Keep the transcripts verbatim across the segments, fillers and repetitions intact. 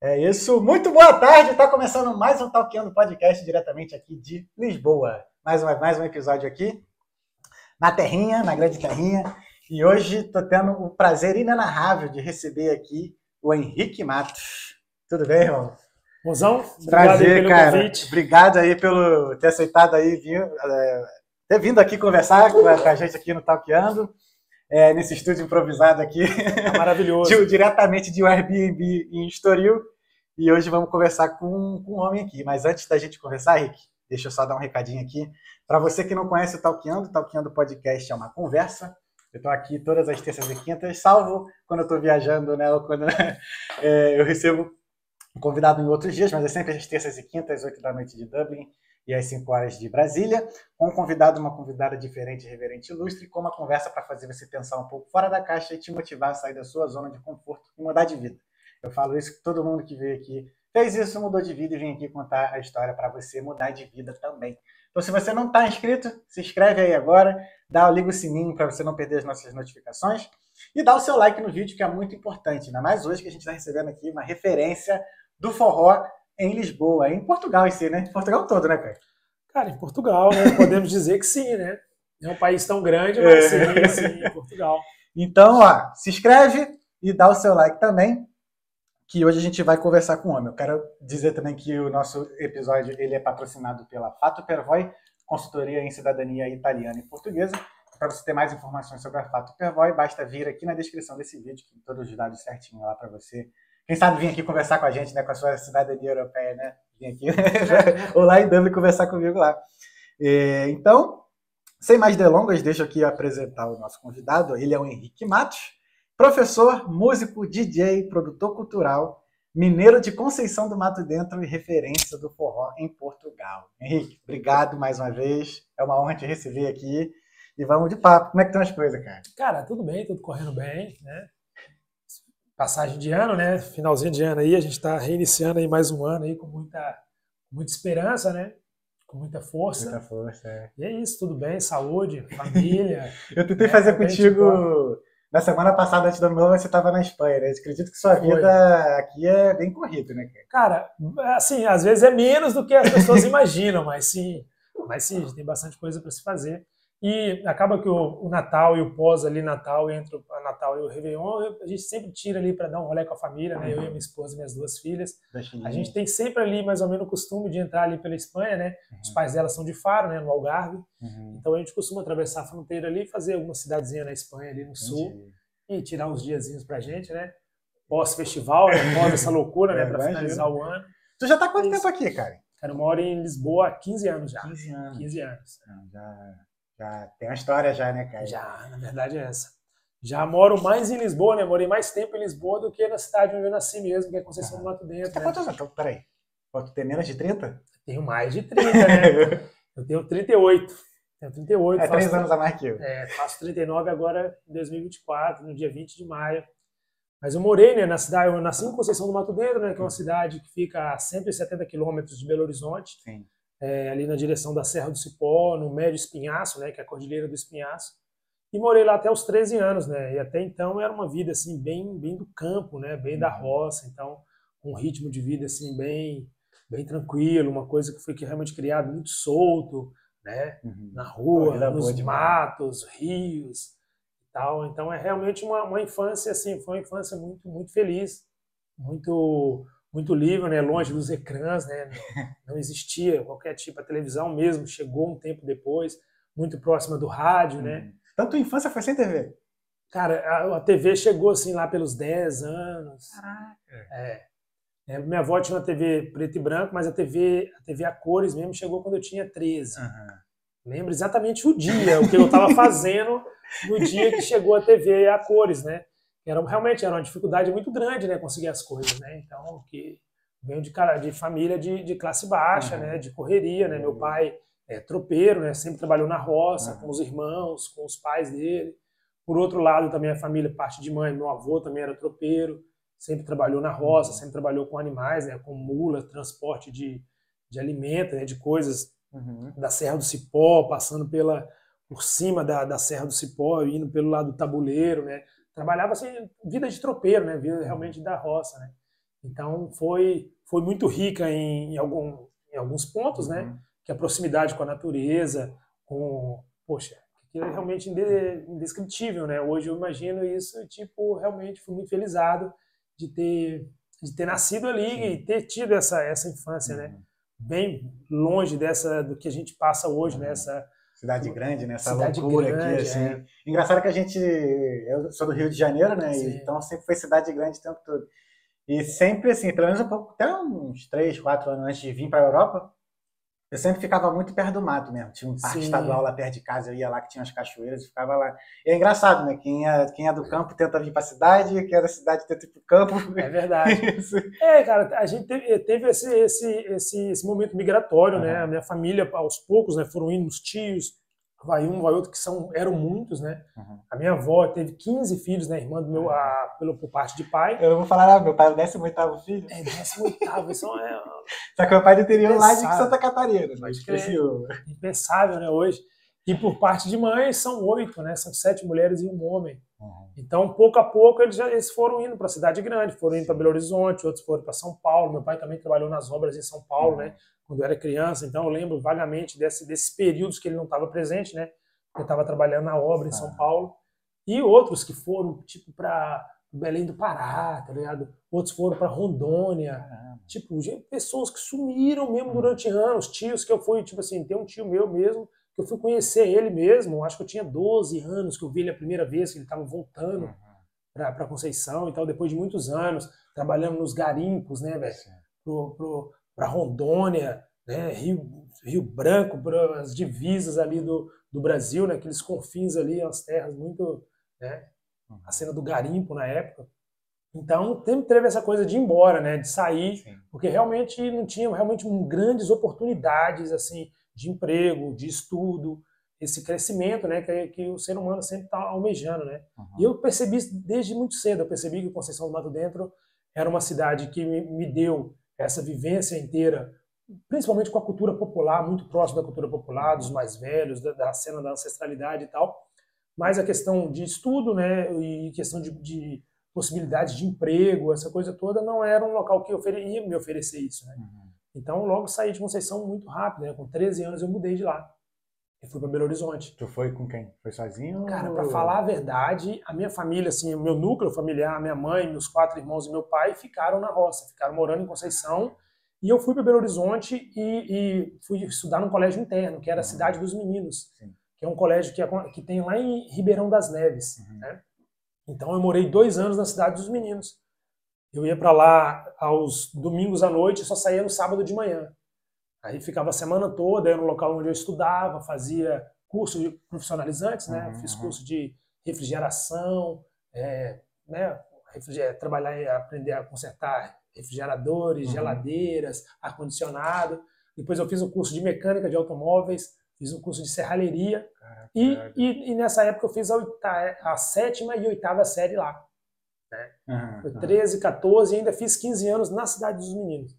É isso, muito boa tarde, está começando mais um Talkando Podcast diretamente aqui de Lisboa. Mais, uma, mais um episódio aqui, na terrinha, na grande terrinha. E hoje estou tendo o prazer inenarrável de receber aqui o Henrique Matos. Tudo bem, irmão? Mozão, obrigado prazer, aí pelo cara. convite. Obrigado aí pelo ter aceitado aí, vir, é, ter vindo aqui conversar com a, com a gente aqui no Talkando. É, nesse estúdio improvisado aqui. Tá maravilhoso. de, diretamente de um Airbnb em Estoril. E hoje vamos conversar com, com um homem aqui. Mas antes da gente conversar, Rick, deixa eu só dar um recadinho aqui. Para você que não conhece o Talkando, o Talkando Podcast é uma conversa. Eu estou aqui todas as terças e quintas, salvo quando eu estou viajando, né? Ou quando é, eu recebo um convidado em outros dias, mas é sempre às terças e quintas, às oito da noite de Dublin e às cinco horas de Brasília, com um convidado, uma convidada diferente, reverente, ilustre, com uma conversa para fazer você pensar um pouco fora da caixa e te motivar a sair da sua zona de conforto e mudar de vida. Eu falo isso que todo mundo que veio aqui fez isso, mudou de vida e vem aqui contar a história para você mudar de vida também. Então, se você não está inscrito, se inscreve aí agora, dá, liga o sininho para você não perder as nossas notificações e dá o seu like no vídeo, que é muito importante, ainda mais hoje que a gente está recebendo aqui uma referência do forró em Lisboa, em Portugal em si, né? Portugal todo, né, cara? Cara, em Portugal, né? Podemos dizer que sim, né? É um país tão grande, mas é. sim, sim, em Portugal. Então, ó, se inscreve e dá o seu like também, que hoje a gente vai conversar com o homem. Eu quero dizer também que o nosso episódio ele é patrocinado pela Fato Pervoy, consultoria em cidadania italiana e portuguesa. Para você ter mais informações sobre a Fato Pervoy, basta vir aqui na descrição desse vídeo, que tem todos os dados certinho lá para você. Quem sabe vir aqui conversar com a gente, né, com a sua cidadania europeia, né? Vir aqui, ou lá em Dublin conversar comigo lá. E, então, sem mais delongas, deixa eu aqui apresentar o nosso convidado. Ele é o Henrique Matos, professor, músico, D J, produtor cultural, mineiro de Conceição do Mato Dentro e referência do forró em Portugal. Henrique, obrigado mais uma vez. É uma honra te receber aqui. E vamos de papo. Como é que estão as coisas, cara? Cara, tudo bem, tudo correndo bem, né? Passagem de ano, né? Finalzinho de ano aí, a gente está reiniciando aí mais um ano aí com muita, muita esperança, né? Com muita força. Muita força, é. E é isso, tudo bem, saúde, família. Eu tentei né? fazer contigo na semana passada, antes do ano novo, você estava na Espanha, né? Eu acredito que sua vida Foi. aqui é bem corrida, né, cara? Cara, assim, às vezes é menos do que as pessoas imaginam, mas sim, mas sim, a gente tem bastante coisa para se fazer. E acaba que o, o Natal e o pós ali, Natal, entre o Natal e o Réveillon, a gente sempre tira ali para dar um rolê com a família, né? Eu e minha esposa e minhas duas filhas. A gente tem sempre ali mais ou menos o costume de entrar ali pela Espanha, né? Uhum. Os pais dela são de Faro, né? No Algarve. Uhum. Então a gente costuma atravessar a fronteira ali, fazer alguma cidadezinha na Espanha, ali no Entendi. sul, e tirar uns diazinhos pra gente, né? Pós-festival, né? Pós essa loucura, é, né? Para finalizar o ano. Tu já tá quanto tempo aqui, cara? Cara, eu moro em Lisboa há quinze anos já. quinze anos. quinze anos. Não, já... Já tem uma história já, né, cara? Já, na verdade é essa. Já moro mais em Lisboa, né? Morei mais tempo em Lisboa do que na cidade onde eu nasci mesmo, que é Conceição do Mato Dentro. Você tem quantos anos? Então, peraí. Tu tem menos de trinta? Tenho mais de trinta, né? Eu tenho trinta e oito. Tenho trinta e oito. É, faço, três anos a mais que eu. É, faço trinta e nove agora em dois mil e vinte e quatro, no dia vinte de maio. Mas eu morei, né, na cidade, eu nasci em Conceição do Mato Dentro, né? Que é uma cidade que fica a cento e setenta quilômetros de Belo Horizonte. Sim. É, ali na direção da Serra do Cipó, no Médio Espinhaço, né, que é a Cordilheira do Espinhaço, e morei lá até os treze anos, né, e até então era uma vida assim bem, bem do campo, né, bem da roça, então um ritmo de vida assim bem, bem tranquilo, uma coisa que foi realmente criado muito solto, né, uhum. na rua, Pô, nos matos, rios, e tal. Então é realmente uma, uma infância assim, foi uma infância muito, muito feliz, muito muito livre, né? Longe dos ecrãs, né? Não existia qualquer tipo, a televisão mesmo chegou um tempo depois, muito próxima do rádio, hum. né? Então tua infância foi sem T V? Cara, a, a T V chegou assim lá pelos dez anos. Caraca. É. É, minha avó tinha uma T V preto e branco, mas a T V, a T V a cores mesmo chegou quando eu tinha treze. Uhum. Lembro exatamente o dia, o que eu estava fazendo no dia que chegou a T V a cores, né? Era, realmente era uma dificuldade muito grande, né, conseguir as coisas, né? Então, que venho de, de família de, de classe baixa, uhum. né, de correria, né? Meu pai é tropeiro, né, sempre trabalhou na roça, uhum. com os irmãos, com os pais dele. Por outro lado, também a família, parte de mãe, meu avô também era tropeiro, sempre trabalhou na roça, uhum. sempre trabalhou com animais, né, com mula, transporte de, de alimento, né, de coisas uhum. da Serra do Cipó, passando pela, por cima da, da Serra do Cipó, indo pelo lado do tabuleiro, né? Trabalhava assim, vida de tropeiro, né? Vida realmente da roça, né? Então foi, foi muito rica em, em, algum, em alguns pontos, né? Uhum. Que a proximidade com a natureza, com, poxa, aquilo é realmente indescritível, né? Hoje eu imagino isso e, tipo, realmente fui muito felizado de ter, de ter nascido ali Sim. e ter tido essa, essa infância, Uhum. né? Bem longe dessa, do que a gente passa hoje, Uhum. né? Essa, cidade grande, né? Essa cidade loucura grande, aqui, assim. é. Engraçado que a gente... Eu sou do Rio de Janeiro, né? Sim. Então sempre foi cidade grande o tempo todo. E sempre, assim, pelo menos um pouco, até uns três, quatro anos antes de vir para a Europa, eu sempre ficava muito perto do mato mesmo. Tinha um parque Sim. estadual lá perto de casa, eu ia lá que tinha as cachoeiras e ficava lá. E é engraçado, né? Quem é, quem é do campo tenta vir para a cidade, quem é da cidade tenta ir para o campo. É verdade. Isso. É, cara, a gente teve, teve esse, esse, esse, esse momento migratório, uhum. né? A minha família, aos poucos, né, foram indo os tios, vai um, vai outro, que são, eram muitos, né? Uhum. A minha avó teve quinze filhos, né? Irmã do meu, uhum. a, pelo, por parte de pai. Eu não vou falar nada, meu pai é o décimo oitavo filho. É, décimo oitavo, isso é... Só que meu pai é do interior lá de Santa Catarina. Mas que é impensável, né, hoje. E por parte de mãe, são oito, né? São sete mulheres e um homem. Uhum. Então, pouco a pouco, eles, já, eles foram indo para a cidade grande, foram indo para Belo Horizonte, outros foram para São Paulo. Meu pai também trabalhou nas obras em São Paulo, uhum. né? Quando eu era criança. Então, eu lembro vagamente desse, desses períodos que ele não estava presente, né? Eu estava trabalhando na obra em São ah. Paulo. E outros que foram, tipo, para Belém do Pará, tá ligado? Outros foram para Rondônia. Ah. Tipo, pessoas que sumiram mesmo uhum. durante anos. Tios que eu fui, tipo assim, tem um tio meu mesmo, que eu fui conhecer ele mesmo, acho que eu tinha doze anos, que eu vi ele a primeira vez, que ele estava voltando uhum. para Conceição e tal, depois de muitos anos, trabalhando nos garimpos, né, velho, para Rondônia, né, Rio, Rio Branco, para as divisas ali do, do Brasil, né, aqueles confins ali, as terras muito, né, uhum. a cena do garimpo na época. Então, sempre teve essa coisa de ir embora, né, de sair, Sim. porque realmente não tinha realmente grandes oportunidades, assim, de emprego, de estudo, esse crescimento, né, que, que o ser humano sempre está almejando, né. Uhum. E eu percebi desde muito cedo, eu percebi que Conceição do Mato Dentro era uma cidade que me, me deu essa vivência inteira, principalmente com a cultura popular, muito próximo da cultura popular, dos mais velhos, da, da cena da ancestralidade e tal, mas a questão de estudo, né, e questão de, de possibilidades de emprego, essa coisa toda, não era um local que ofere, ia me oferecer isso, né. Uhum. Então, logo saí de Conceição muito rápido, né? Com treze anos eu mudei de lá. Eu fui para Belo Horizonte. Tu foi com quem? Foi sozinho? Cara, ou... para falar a verdade, a minha família, assim, o meu núcleo familiar, minha mãe, meus quatro irmãos e meu pai ficaram na roça, ficaram morando em Conceição. E eu fui para Belo Horizonte e, e fui estudar num colégio interno, que era a Cidade dos Meninos, Sim. que é um colégio que, é, que tem lá em Ribeirão das Neves. Uhum. Né? Então eu morei dois anos na Cidade dos Meninos. Eu ia para lá aos domingos à noite e só saía no sábado de manhã. Aí ficava a semana toda, era no local onde eu estudava, fazia curso de profissionalizantes, né? Uhum, Fiz curso de refrigeração, é, né? Refriger... trabalhar, aprender a consertar refrigeradores, uhum. geladeiras, ar-condicionado. Depois eu fiz um curso de mecânica de automóveis, fiz um curso de serralheria. E, e, e nessa época eu fiz a, oita... a sétima e oitava série lá. Né? Uhum, Foi treze, quatorze e ainda fiz quinze anos na Cidade dos Meninos.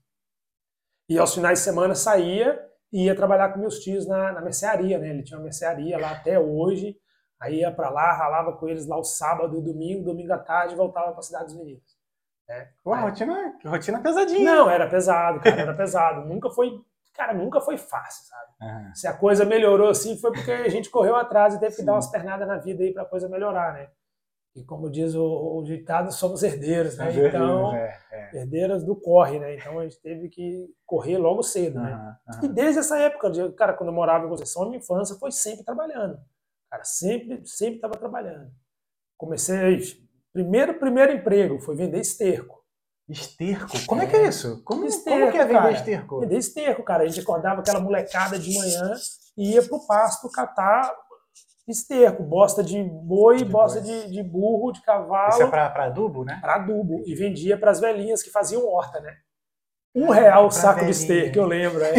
E aos finais de semana saía e ia trabalhar com meus tios na, na mercearia, né? Ele tinha uma mercearia lá até hoje. Aí ia pra lá, ralava com eles lá o sábado, o domingo, domingo à tarde e voltava pra Cidade dos Meninos. Né? Ué, Aí... rotina, rotina pesadinha. Não, era pesado, cara, era pesado. Nunca foi, cara, nunca foi fácil, sabe? Uhum. Se a coisa melhorou assim foi porque a gente correu atrás e teve que Sim. dar umas pernadas na vida aí pra coisa melhorar, né? E como diz o, o ditado, somos herdeiros, né? Herdeiros, então, é, é. herdeiros do corre, né? Então a gente teve que correr logo cedo, uhum, né? Uhum. E desde essa época, cara, quando eu morava em Conceição, a minha infância foi sempre trabalhando. Cara, sempre, sempre estava trabalhando. Comecei, primeiro, primeiro emprego foi vender esterco. Esterco? Como é, é que é isso? Como, esterco, como que é vender cara? esterco? Vender esterco, cara. A gente acordava aquela molecada de manhã e ia pro pasto catar esterco, bosta de boi, de bosta de, de burro, de cavalo. Isso é para adubo, né? Para adubo. E vendia para as velhinhas que faziam horta, né? Um real o saco velhinha. de esterco, eu lembro. Aí,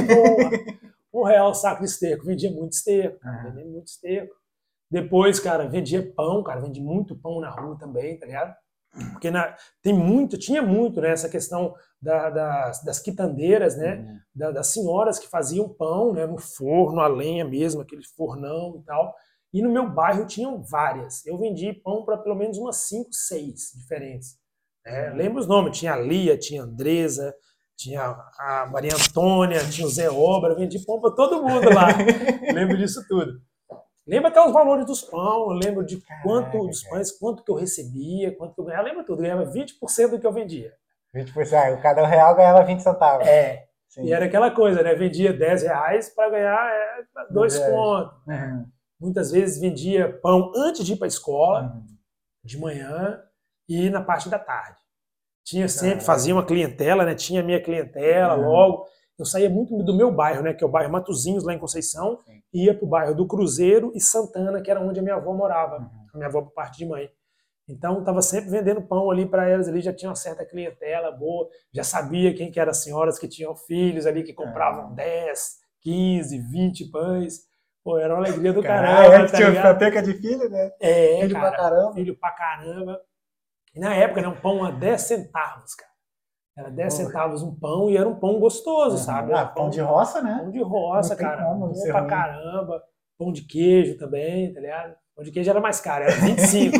um real o saco de esterco. Vendia muito esterco, cara. Uhum. Vendia muito esterco. Depois, cara, vendia pão, cara. Vendi muito pão na rua também, tá ligado? Porque na, tem muito, tinha muito, né? Essa questão da, das, das quitandeiras, né? Uhum. Da, das senhoras que faziam pão, né? No forno, a lenha mesmo, aquele fornão e tal. E no meu bairro tinham várias. Eu vendi pão para pelo menos umas cinco, seis diferentes. Né? Lembro os nomes, tinha a Lia, tinha a Andresa, tinha a Maria Antônia, tinha o Zé Obra, eu vendi pão para todo mundo lá. Lembro disso tudo. Lembro até os valores dos pão, eu lembro de quanto Caraca, dos pães, quanto que eu recebia, quanto que eu ganhava, lembro tudo, eu ganhava vinte por cento do que eu vendia. vinte por cento, cada real ganhava vinte centavos. É, Sim. E era aquela coisa, né? Vendia dez reais para ganhar é, dois contos. Uhum. Muitas vezes vendia pão antes de ir para a escola, uhum. de manhã e na parte da tarde. Tinha sempre, ah, fazia uma clientela, né? Tinha a minha clientela uhum. logo. Eu saía muito do meu bairro, né? Que é o bairro Matozinhos, lá em Conceição. Sim. E ia para o bairro do Cruzeiro e Santana, que era onde a minha avó morava. Uhum. A minha avó por parte de mãe. Então, estava sempre vendendo pão ali para elas, ali já tinha uma certa clientela boa, já sabia quem que eram as senhoras que tinham filhos ali, que compravam é. dez, quinze, vinte pães. Pô, era uma alegria do caramba. Caramba, tá tinha biblioteca de filho, né? É, filho cara, pra caramba. Filho pra caramba. E na época, era um pão a dez centavos, cara. Era dez centavos um pão e era um pão gostoso, uhum. sabe? Ah, pão, pão de roça, né? Pão de roça, cara. Como, bom pra ruim. Caramba. Pão de queijo também, tá ligado? Pão de queijo era mais caro, era vinte e cinco.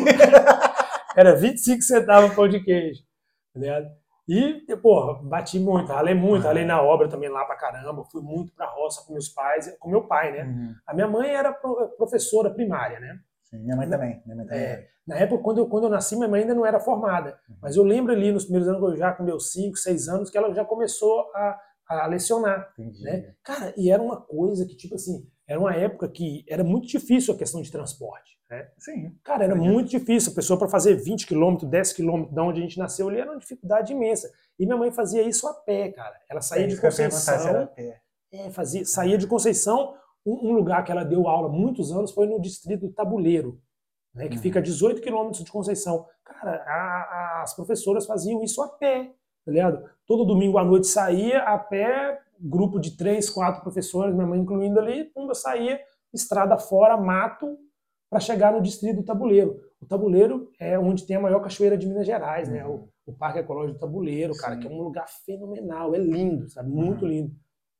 Era vinte e cinco centavos o pão de queijo, tá ligado? E, porra, bati muito, ralei muito, uhum. ralei na obra também lá pra caramba, fui muito pra roça com meus pais, com meu pai, né? Uhum. A minha mãe era professora primária, né? Sim, minha mãe também. Minha mãe também. É, na época, quando eu, quando eu nasci, minha mãe ainda não era formada, uhum. mas eu lembro ali nos primeiros anos, já com meus cinco, seis anos, que ela já começou a, a lecionar, Entendi. Né? Cara, e era uma coisa que, tipo assim, era uma época que era muito difícil a questão de transporte. Né? Sim. Cara, era muito difícil. A pessoa para fazer vinte quilômetros, dez quilômetros de onde a gente nasceu ali era uma dificuldade imensa. E minha mãe fazia isso a pé, cara. Ela saía é de Conceição. A pé. É, fazia, saía de Conceição. Um, um lugar que ela deu aula há muitos anos foi no distrito do Tabuleiro, né, que uhum. fica a dezoito quilômetros de Conceição. Cara, a, a, as professoras faziam isso a pé, tá ligado? Todo domingo à noite saía a pé, grupo de três, quatro professores, minha mãe incluindo ali, pumba, saía, estrada fora, mato, para chegar no distrito do Tabuleiro. O Tabuleiro é onde tem a maior cachoeira de Minas Gerais, uhum. né? O, o Parque Ecológico do Tabuleiro, cara, Sim. que é um lugar fenomenal, é lindo, sabe? Muito uhum. lindo.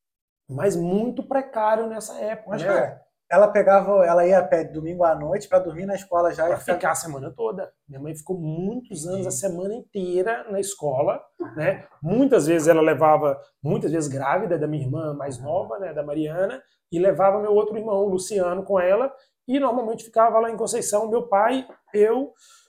Mas muito precário nessa época, Mas, né? Cara, ela pegava, ela ia a pé domingo à noite para dormir na escola já. Para ficar a semana toda. Minha mãe ficou muitos anos, a semana inteira na escola, né? Muitas vezes ela levava, muitas vezes grávida da minha irmã mais nova, né, da Mariana, e levava meu outro irmão, o Luciano, com ela, e normalmente ficava lá em Conceição, meu pai, eu,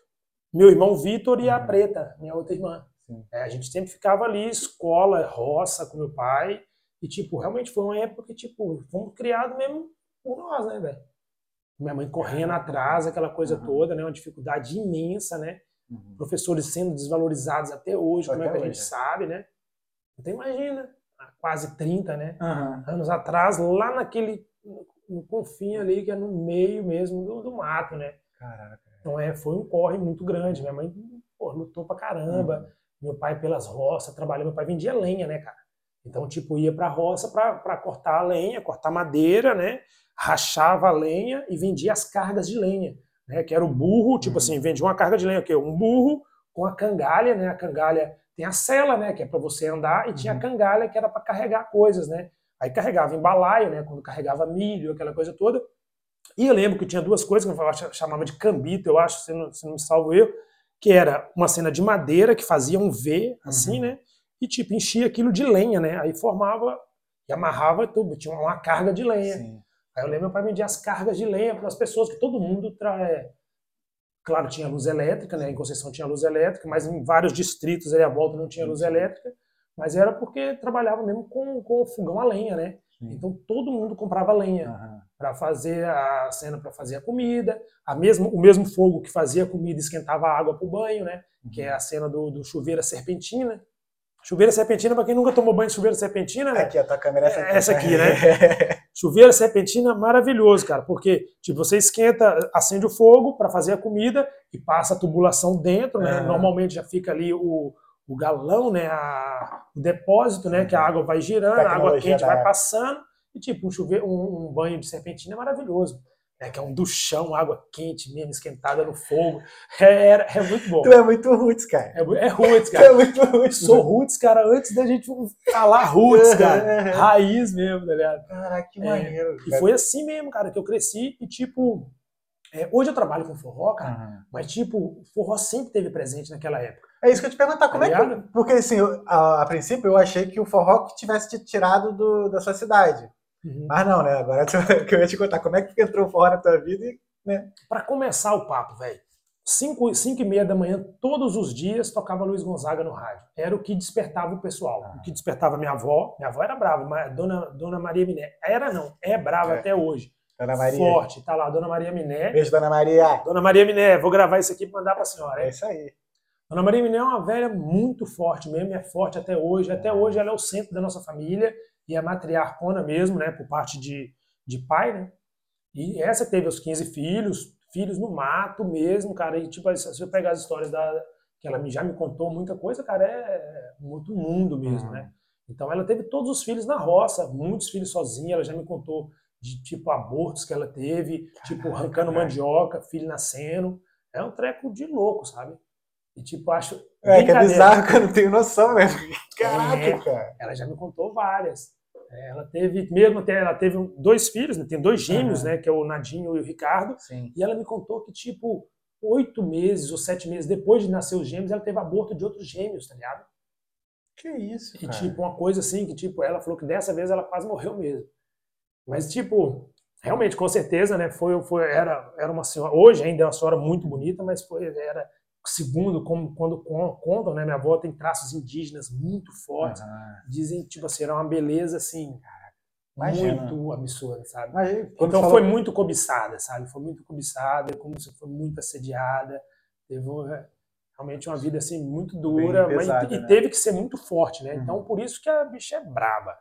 meu irmão Vitor e a Preta, minha outra irmã. É, a gente sempre ficava ali, escola, roça com meu pai, e tipo, realmente foi uma época que, tipo, fomos criados mesmo por nós, né, velho? Minha mãe correndo atrás, aquela coisa uhum. toda, né? Uma dificuldade imensa, né? Uhum. Professores sendo desvalorizados até hoje, até como é que hoje. A gente sabe, né? Então imagina, há quase trinta, né? Uhum. Anos atrás, lá naquele no confim ali, que é no meio mesmo do, do mato, né? Caraca. Então é, foi um corre muito grande. Minha mãe, pô, lutou pra caramba. Uhum. Meu pai pelas roças, trabalhando. Meu pai vendia lenha, né, cara? Então, tipo, ia pra roça pra, pra cortar a lenha, cortar madeira, né? Rachava a lenha e vendia as cargas de lenha, né? Que era o burro, tipo uhum. assim, vendia uma carga de lenha, que é um burro com a cangalha, né? A cangalha tem a sela, né? Que é para você andar, e uhum. tinha a cangalha que era para carregar coisas, né? Aí carregava em balaio, né? Quando carregava milho, aquela coisa toda. E eu lembro que tinha duas coisas que eu chamava de cambito, eu acho, se não, se não me salvo eu, que era uma cena de madeira que fazia um V, assim, uhum. né? E tipo, enchia aquilo de lenha, né? Aí formava e amarrava tudo, tinha uma carga de lenha. Sim. Aí eu lembro meu pai vendia as cargas de lenha para as pessoas, que todo mundo traz. Claro, tinha luz elétrica, né? Em Conceição tinha luz elétrica, mas em vários distritos ali à volta não tinha luz elétrica, mas era porque trabalhava mesmo com, com o fogão a lenha, né? Sim. Então todo mundo comprava lenha uhum. para fazer a cena, para fazer a comida, a mesmo, o mesmo fogo que fazia a comida esquentava a água para o banho, né? Uhum. Que é a cena do, do chuveiro serpentina. Chuveiro serpentina, para quem nunca tomou banho de chuveiro serpentina, né? Aqui, a tua câmera é essa aqui. Essa aqui, né? Chuveiro serpentina, maravilhoso, cara, porque tipo, você esquenta, acende o fogo para fazer a comida e passa a tubulação dentro, né? Uhum. Normalmente já fica ali o, o galão, né? A, o depósito, né? Que a água vai girando, a água quente vai passando, e tipo, um, chuveiro, um, um banho de serpentina é maravilhoso. É, que é um duchão, água quente mesmo, esquentada no fogo. É, é, é muito bom. Tu é muito roots, cara. É, é roots, cara. Tu é muito roots. Sou roots, cara, antes da gente falar roots, cara. Raiz mesmo, tá ligado? Caraca, que maneiro. É, e foi assim mesmo, cara, que eu cresci e, tipo, É, hoje eu trabalho com forró, cara, Uhum. mas tipo, o forró sempre teve presente naquela época. É isso que eu te perguntar, como Tá é que... ligado? Porque assim, eu, a, a princípio eu achei que o forró que tivesse te tirado do, da sua cidade. Uhum. Mas não, né? Agora que eu ia te contar, como é que entrou o forró na tua vida e, né? Pra começar o papo, velho, cinco, cinco e meia da manhã, todos os dias, tocava Luiz Gonzaga no rádio. Era o que despertava o pessoal. Ah. O que despertava minha avó. Minha avó era brava, mas Dona, Dona Maria Miné. Era não, é brava É. até hoje. Dona Maria. Forte, tá lá, Dona Maria Miné. Beijo, Dona Maria. Dona Maria Miné, vou gravar isso aqui pra mandar pra senhora, hein? É isso aí. Dona Maria Miné é uma velha muito forte mesmo, é forte até hoje. Até hoje ela é o centro da nossa família e é matriarcona mesmo, né, por parte de, de pai, né? E essa teve os quinze filhos, filhos no mato mesmo, cara. E tipo, se eu pegar as histórias da, que ela já me contou muita coisa, cara, é muito mundo mesmo, uhum. né? Então ela teve todos os filhos na roça, muitos filhos sozinha, ela já me contou de tipo abortos que ela teve, caraca, tipo arrancando caraca. mandioca, filho nascendo. É um treco de louco, sabe? E tipo, acho... É, que é bizarro que eu não tenho noção, né? Caraca, é, cara. Ela já me contou várias. Ela teve, mesmo ela teve dois filhos, né? Tem dois gêmeos, uhum. né? Que é o Nadinho e o Ricardo. Sim. E ela me contou que, tipo, oito meses ou sete meses depois de nascer os gêmeos, ela teve aborto de outros gêmeos, tá ligado? Que isso, e, cara? E, tipo, uma coisa assim, que, tipo, ela falou que dessa vez ela quase morreu mesmo. Mas, tipo, realmente, com certeza, né? Foi, foi, era, era uma senhora... Hoje ainda é uma senhora muito bonita, mas foi, era... Segundo, como, quando contam, né? Minha avó tem traços indígenas muito fortes. Uhum. Dizem que, tipo assim, era uma beleza, assim, Imagina. muito absurda, sabe? Imagina, então falou... foi muito cobiçada, sabe? Foi muito cobiçada, como se foi muito assediada. Teve realmente uma vida, assim, muito dura. Pesada, mas, né? E teve que ser muito forte, né? Uhum. Então, por isso que a bicha é braba.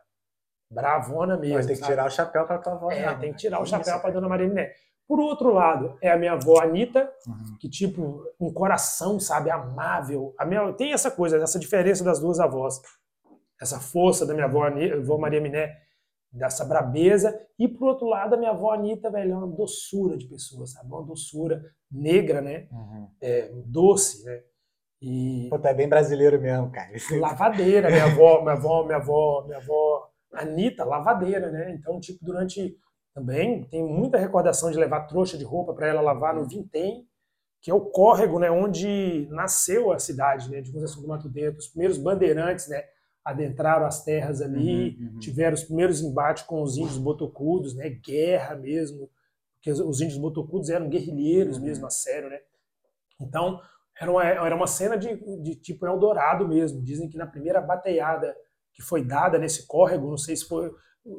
Bravona mesmo. Mas tem que sabe? tirar o chapéu pra tua avó. É, não, tem que tirar que o chapéu isso, pra Dona Maria Miné. Por outro lado, é a minha avó Anitta, uhum. que, tipo, um coração, sabe, amável. A minha, tem essa coisa, essa diferença das duas avós. Essa força da minha avó, Anitta, avó Maria Miné, dessa brabeza. E, por outro lado, a minha avó Anitta, velho, é uma doçura de pessoa, sabe? Uma doçura negra, né? Uhum. É, doce, né? E... Pô, tu é bem brasileiro mesmo, cara. Lavadeira, minha avó, minha avó, minha avó, minha avó Anitta, lavadeira, né? Então, tipo, durante... Também tem muita recordação de levar trouxa de roupa para ela lavar no Vintém, que é o córrego, né, onde nasceu a cidade, né, de Conceição do Mato Dentro. Os primeiros bandeirantes, né, adentraram as terras ali, uhum, uhum. tiveram os primeiros embates com os índios botocudos, né, guerra mesmo, porque os índios botocudos eram guerrilheiros uhum. mesmo, a sério, né. Então, era uma, era uma cena de, de tipo Eldorado mesmo. Dizem que na primeira bateada que foi dada nesse córrego, não sei se foi...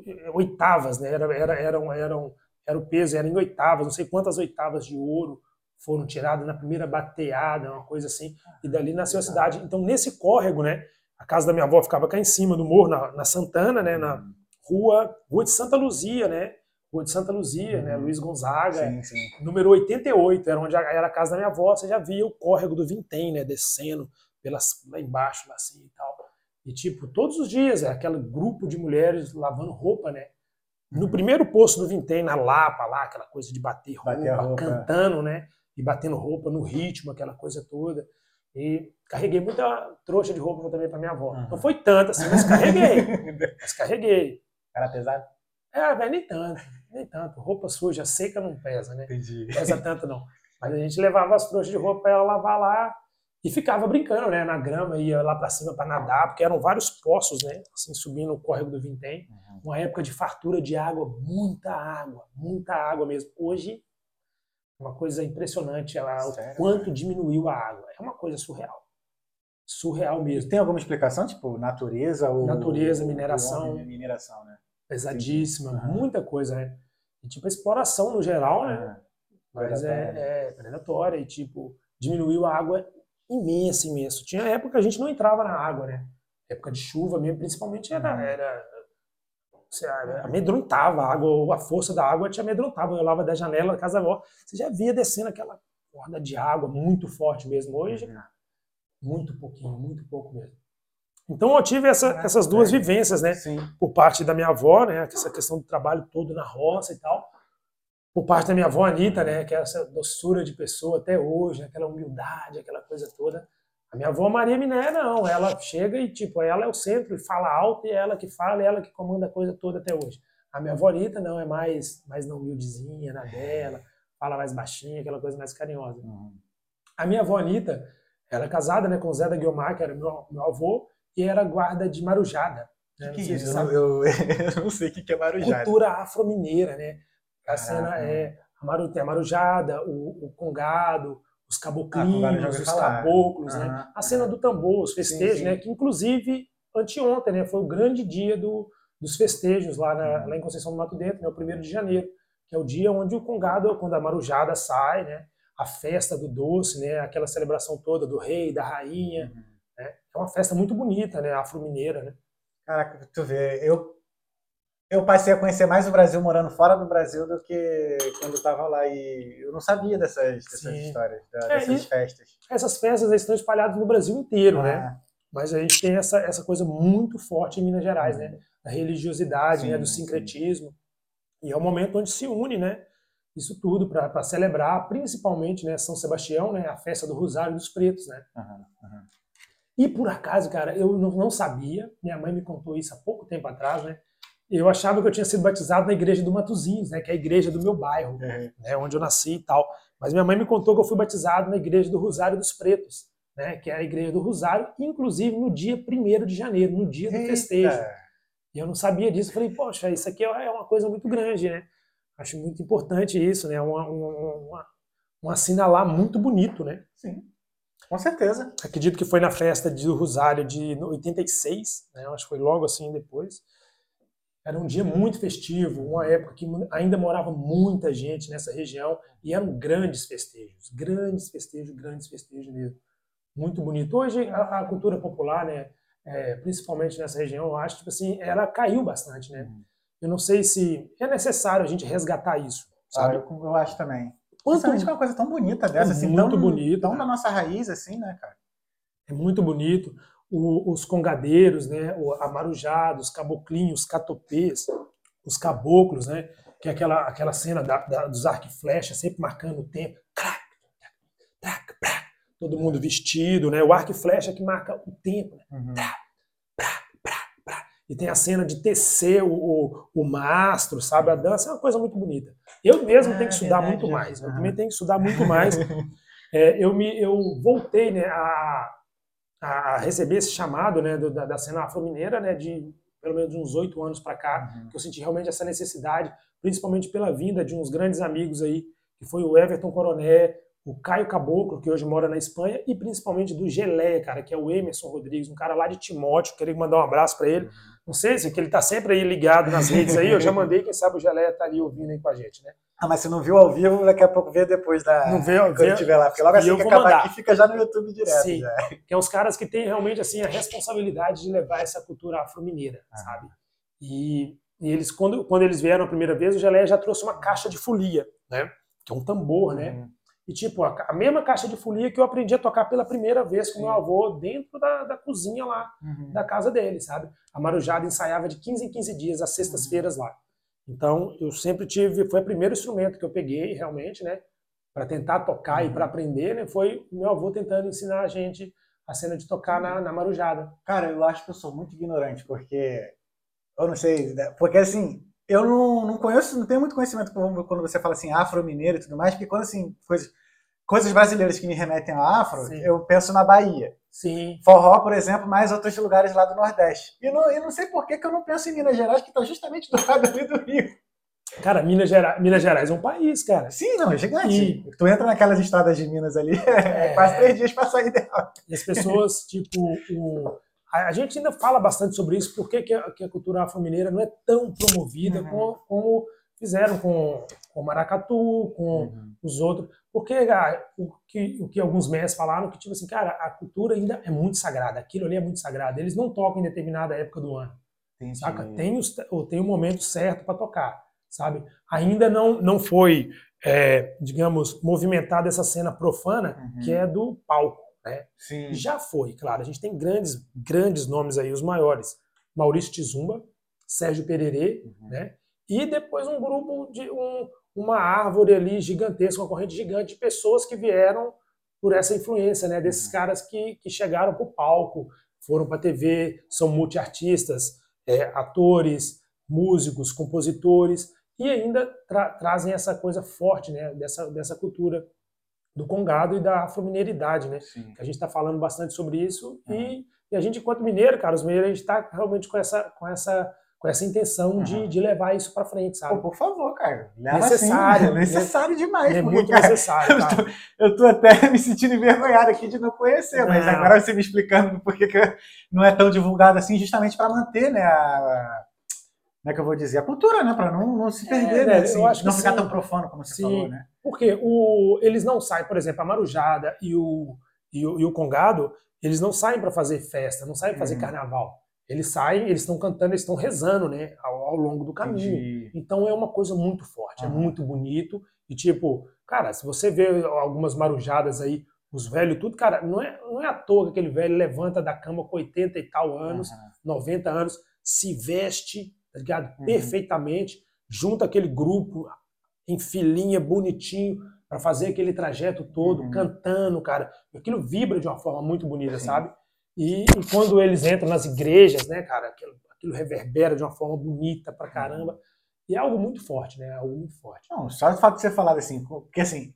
oitavas, né? Era, era, eram, eram, era o peso, era em oitavas, não sei quantas oitavas de ouro foram tiradas na primeira bateada, uma coisa assim, e dali nasceu a cidade. Então, nesse córrego, né, a casa da minha avó ficava cá em cima do morro, na, na Santana, né, na rua, rua de Santa Luzia, né, rua de Santa Luzia, uhum. né, Luiz Gonzaga, sim, sim. número oitenta e oito, era onde era a casa da minha avó, você já via o córrego do Vintém, né, descendo pelas, lá embaixo, lá assim e tal. E, tipo, todos os dias, é aquele grupo de mulheres lavando roupa, né? No uhum. primeiro posto do Vintém, na Lapa, lá, aquela coisa de bater roupa, bater roupa, cantando, né? E batendo roupa no ritmo, aquela coisa toda. E carreguei muita trouxa de roupa também pra minha avó. Uhum. Não foi tanta assim, mas carreguei. mas carreguei. Era pesado? É, velho, nem tanto. Nem tanto. Roupa suja, seca não pesa, né? Entendi. Pesa tanto, não. Mas a gente levava as trouxas de roupa pra ela lavar lá. E ficava brincando, né, na grama, ia lá pra cima pra nadar, porque eram vários poços, né, assim, subindo o córrego do Vintém. Uhum. Uma época de fartura de água, muita água, muita água mesmo. Hoje, uma coisa impressionante, ela, o quanto diminuiu a água. É uma coisa surreal. Surreal mesmo. E tem alguma explicação, tipo, natureza ou... Natureza, mineração. Ou mineração, né? Pesadíssima, uhum. muita coisa, né? E, tipo, a exploração no geral, né? Uhum. Mas predatória. É, é predatória e, tipo, diminuiu a água imenso, imenso. Tinha época que a gente não entrava na água, né? Época de chuva mesmo, principalmente, era, uhum. era você amedrontava a água, a força da água te amedrontava. Eu olhava da janela da casa da avó, você já via descendo aquela corda de água muito forte mesmo. Hoje, uhum. muito pouquinho, muito pouco mesmo. Então eu tive essa, Caraca, essas duas é. vivências, né? Sim. Por parte da minha avó, né? Essa questão do trabalho todo na roça e tal. Por parte da minha avó Anitta, né, que é essa doçura de pessoa até hoje, aquela humildade, aquela coisa toda. A minha avó Maria Miné, não, ela chega e, tipo, ela é o centro e fala alto e é ela que fala e ela que comanda a coisa toda até hoje. A minha avó Anitta, não, é mais, mais na humildezinha, na dela, fala mais baixinho, aquela coisa mais carinhosa. Uhum. A minha avó Anitta, ela é casada, né, com o Zé da Guiomar, que era meu, meu avô, e era guarda de marujada. Que Né? que Não é sei isso? se Eu, você não- sabe. eu, eu não sei o que que é marujada. Cultura afro-mineira, né? A cena Caraca, mano. é a, maru, tem a marujada, o, o congado, os Ah, Congado eu já caboclinhos, ouvi os falar. caboclos, né? Aham, A cena aham. do tambor, os Sim, festejos, né? sim. Que inclusive anteontem, né? Foi o grande dia do, dos festejos lá, na, lá Uhum. em Conceição do Mato Dentro, né? O primeiro de janeiro, que é o dia onde o congado, quando a marujada sai, né? A festa do doce, né? Aquela celebração toda do rei, da rainha, Uhum. né? É uma festa muito bonita, né? Afro-mineira, né? Caraca, pra tu vê, eu, eu passei a conhecer mais o Brasil morando fora do Brasil do que quando eu tava lá e eu não sabia dessas, dessas Sim. histórias, da- É, dessas e festas. essas festas estão espalhadas no Brasil inteiro, né? Ah, Mas a gente tem essa, essa coisa muito forte em Minas Gerais, né? uhum. A religiosidade, né? Do Sim, sim. sincretismo. E é um momento onde se une, né? Isso tudo para celebrar, principalmente, né? São Sebastião, né? A festa do Rosário dos Pretos, né? Uhum, uhum. E por acaso, cara, eu não, não sabia. Minha mãe me contou isso há pouco tempo atrás, né? Eu achava que eu tinha sido batizado na igreja do Matozinhos, né? Que é a igreja do meu bairro, Uhum. né? Onde eu nasci e tal. Mas minha mãe me contou que eu fui batizado na igreja do Rosário dos Pretos, né? Que é a igreja do Rosário, inclusive no dia primeiro de janeiro, no dia do Eita! festejo. E eu não sabia disso. Eu falei, poxa, isso aqui é uma coisa muito grande, né? Acho muito importante isso, né? Um, um, um, um assinalar muito bonito, né? Sim, com certeza. Acredito que foi na festa do Rosário de oitenta e seis, né? Acho que foi logo assim depois. Era um dia muito festivo, uma época que ainda morava muita gente nessa região e eram grandes festejos, grandes festejos, grandes festejos mesmo. Muito bonito. Hoje a, a cultura popular, né, é, principalmente nessa região, eu acho, tipo assim, ela caiu bastante, né? Uhum. Eu não sei se é necessário a gente resgatar isso, Ah, sabe? eu, eu acho também. Quanto Principalmente com uma coisa tão bonita é dessa, assim, muito tão, bonito, tão da cara. nossa raiz, assim, né, cara? É muito bonito. O, os congadeiros, né, o amarujado, os caboclinhos, os catopês, os caboclos, né, que é aquela, aquela cena da, da, dos arco e flecha, sempre marcando o tempo. Crac, crac, crac, todo mundo vestido, né, o arco e flecha que marca o tempo. Né, Uhum. e tem a cena de tecer o, o, o mastro, sabe? A dança é uma coisa muito bonita. Eu mesmo Ah, tenho que é estudar verdade. muito Já... mais. Eu Uhum. também tenho que estudar muito mais. É, eu, me, eu voltei, né, a, a receber esse chamado, né, do, da, da cena afro-mineira, né, de pelo menos uns oito anos para cá, Uhum. que eu senti realmente essa necessidade, principalmente pela vinda de uns grandes amigos aí, que foi o Everton Coroné, o Caio Caboclo, que hoje mora na Espanha, e principalmente do Geleia, cara, que é o Emerson Rodrigues, um cara lá de Timóteo, queria mandar um abraço para ele. Uhum. Não sei se que ele tá sempre aí ligado nas redes aí, eu já mandei, quem sabe o Geleia tá ali ouvindo aí com a gente, né? Ah, mas se não viu ao vivo, daqui a pouco vê depois da. Não vê, quando vê, estiver lá. Porque logo assim que acabar mandar. Aqui fica já no YouTube direto. Sim, já. que é os caras que têm realmente assim, a responsabilidade de levar essa cultura afro-mineira, ah. sabe? E, e eles, quando, quando eles vieram a primeira vez, o Geleia já trouxe uma caixa de folia, né? Que é um tambor, uhum. né? E tipo, a, a mesma caixa de folia que eu aprendi a tocar pela primeira vez com Sim. meu avô dentro da, da cozinha lá, uhum. da casa dele, sabe? A marujada ensaiava de quinze em quinze dias, às sextas-feiras uhum. lá. Então, eu sempre tive, foi o primeiro instrumento que eu peguei realmente, né? Para tentar tocar uhum. e para aprender, né? Foi o meu avô tentando ensinar a gente a cena de tocar na, na marujada. Cara, eu acho que eu sou muito ignorante, porque eu não sei, porque assim, eu não, não conheço, não tenho muito conhecimento quando você fala assim afro-mineiro e tudo mais, porque quando assim, coisas, coisas brasileiras que me remetem ao afro, Sim. eu penso na Bahia. Sim. Forró, por exemplo, mais outros lugares lá do Nordeste. E não, eu não sei por que, que eu não penso em Minas Gerais, que está justamente do lado ali do Rio. Cara, Minas Gerais, Minas Gerais é um país, cara. Sim, não, é gigante. E... Tu entra naquelas estradas de Minas ali, é, é quase três dias para sair dela. E as pessoas, tipo, o... a gente ainda fala bastante sobre isso, porque que a, que a cultura afro-mineira não é tão promovida uhum. como, como fizeram com, com o maracatu, com uhum. os outros. Porque cara, o, que, o que alguns mestres falaram, que tipo assim, cara, a cultura ainda é muito sagrada, aquilo ali é muito sagrado. Eles não tocam em determinada época do ano, Entendi. saca? Tem, os, tem o momento certo para tocar, sabe? Ainda não, não foi, é, digamos, movimentada essa cena profana, uhum. que é do palco. Né? Sim. Já foi, claro. A gente tem grandes, grandes nomes aí, os maiores. Maurício Tizumba, Sérgio Pererê, uhum. né? E depois um grupo de um, uma árvore ali gigantesca, uma corrente gigante de pessoas que vieram por essa influência, né? Desses uhum. caras que, que chegaram para o palco, foram para a T V, são multiartistas, é, atores, músicos, compositores, e ainda tra trazem essa coisa forte, né, dessa, dessa cultura do congado e da afromineridade, né? Sim. A gente está falando bastante sobre isso uhum. e, e a gente, enquanto mineiro, cara, os mineiros, a gente está realmente com essa, com essa, com essa intenção uhum. de, de levar isso para frente, sabe? Pô, por favor, cara. Leva necessário. Assim, necessário demais. É porque, muito cara, necessário, eu cara. tô, eu tô até me sentindo envergonhado aqui de não conhecer, não. Mas agora você me explicando por que não é tão divulgado assim, justamente para manter, né, a... Como é que eu vou dizer? A cultura, né? Para não, não se perder, é, né? Assim, eu acho não ficar sim. tão profano como você sim. falou, né? Porque o, eles não saem, por exemplo, a marujada e o, e o, e o congado, eles não saem para fazer festa, não saem para fazer uhum. carnaval. Eles saem, eles estão cantando, eles estão rezando, né? Ao, ao longo do caminho. Entendi. Então é uma coisa muito forte, uhum. é muito bonito. E tipo, cara, se você vê algumas marujadas aí, os velhos, tudo, cara, não é, não é à toa que aquele velho levanta da cama com oitenta e tal anos, uhum. noventa anos, se veste, tá ligado? Uhum. Perfeitamente, junta aquele grupo em filinha, bonitinho, para fazer aquele trajeto todo, uhum. cantando, cara. Aquilo vibra de uma forma muito bonita, Sim. sabe? E, e quando eles entram nas igrejas, né, cara, aquilo, aquilo reverbera de uma forma bonita pra caramba. Uhum. E é algo muito forte, né? É algo muito forte. Não, só o fato de você falar assim, porque assim,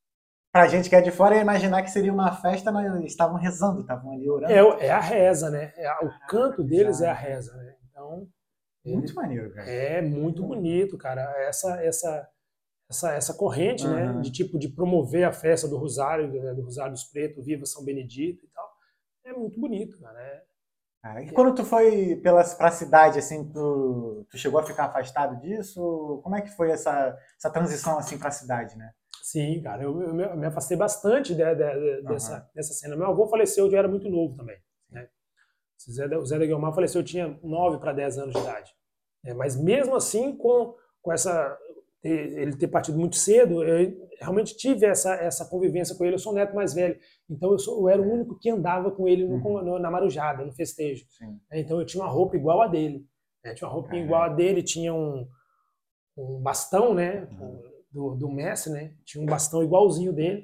pra gente que é de fora, é imaginar que seria uma festa, mas eles estavam rezando, estavam ali orando. É, é a reza, né? É a, o canto deles é a reza, né? Então... Muito ele, maneiro, cara. É muito bonito, cara. Essa, essa, essa, essa corrente, uhum. né, de tipo de promover a festa do Rosário, né, do Rosário dos Pretos, Viva São Benedito e tal, é muito bonito, cara. É... Ah, e quando tu foi para a cidade, assim, tu, tu chegou a ficar afastado disso? Como é que foi essa, essa transição assim para a cidade, né? Sim, cara, eu, eu me afastei bastante de, de, de, dessa, uhum. dessa cena. Meu avô faleceu, eu já era muito novo também. Né? O Zé, o Zé da Guilmar faleceu, eu tinha nove para dez anos de idade. É, mas mesmo assim, com, com essa, ele ter partido muito cedo, eu realmente tive essa, essa convivência com ele. Eu sou o neto mais velho, então eu, sou, eu era o único que andava com ele no, uhum. no, na marujada, no festejo. É, então eu tinha uma roupa igual a dele. Né? Tinha uma roupa Caramba. igual a dele, tinha um, um bastão, né, uhum. do, do mestre, né? Tinha um bastão igualzinho dele.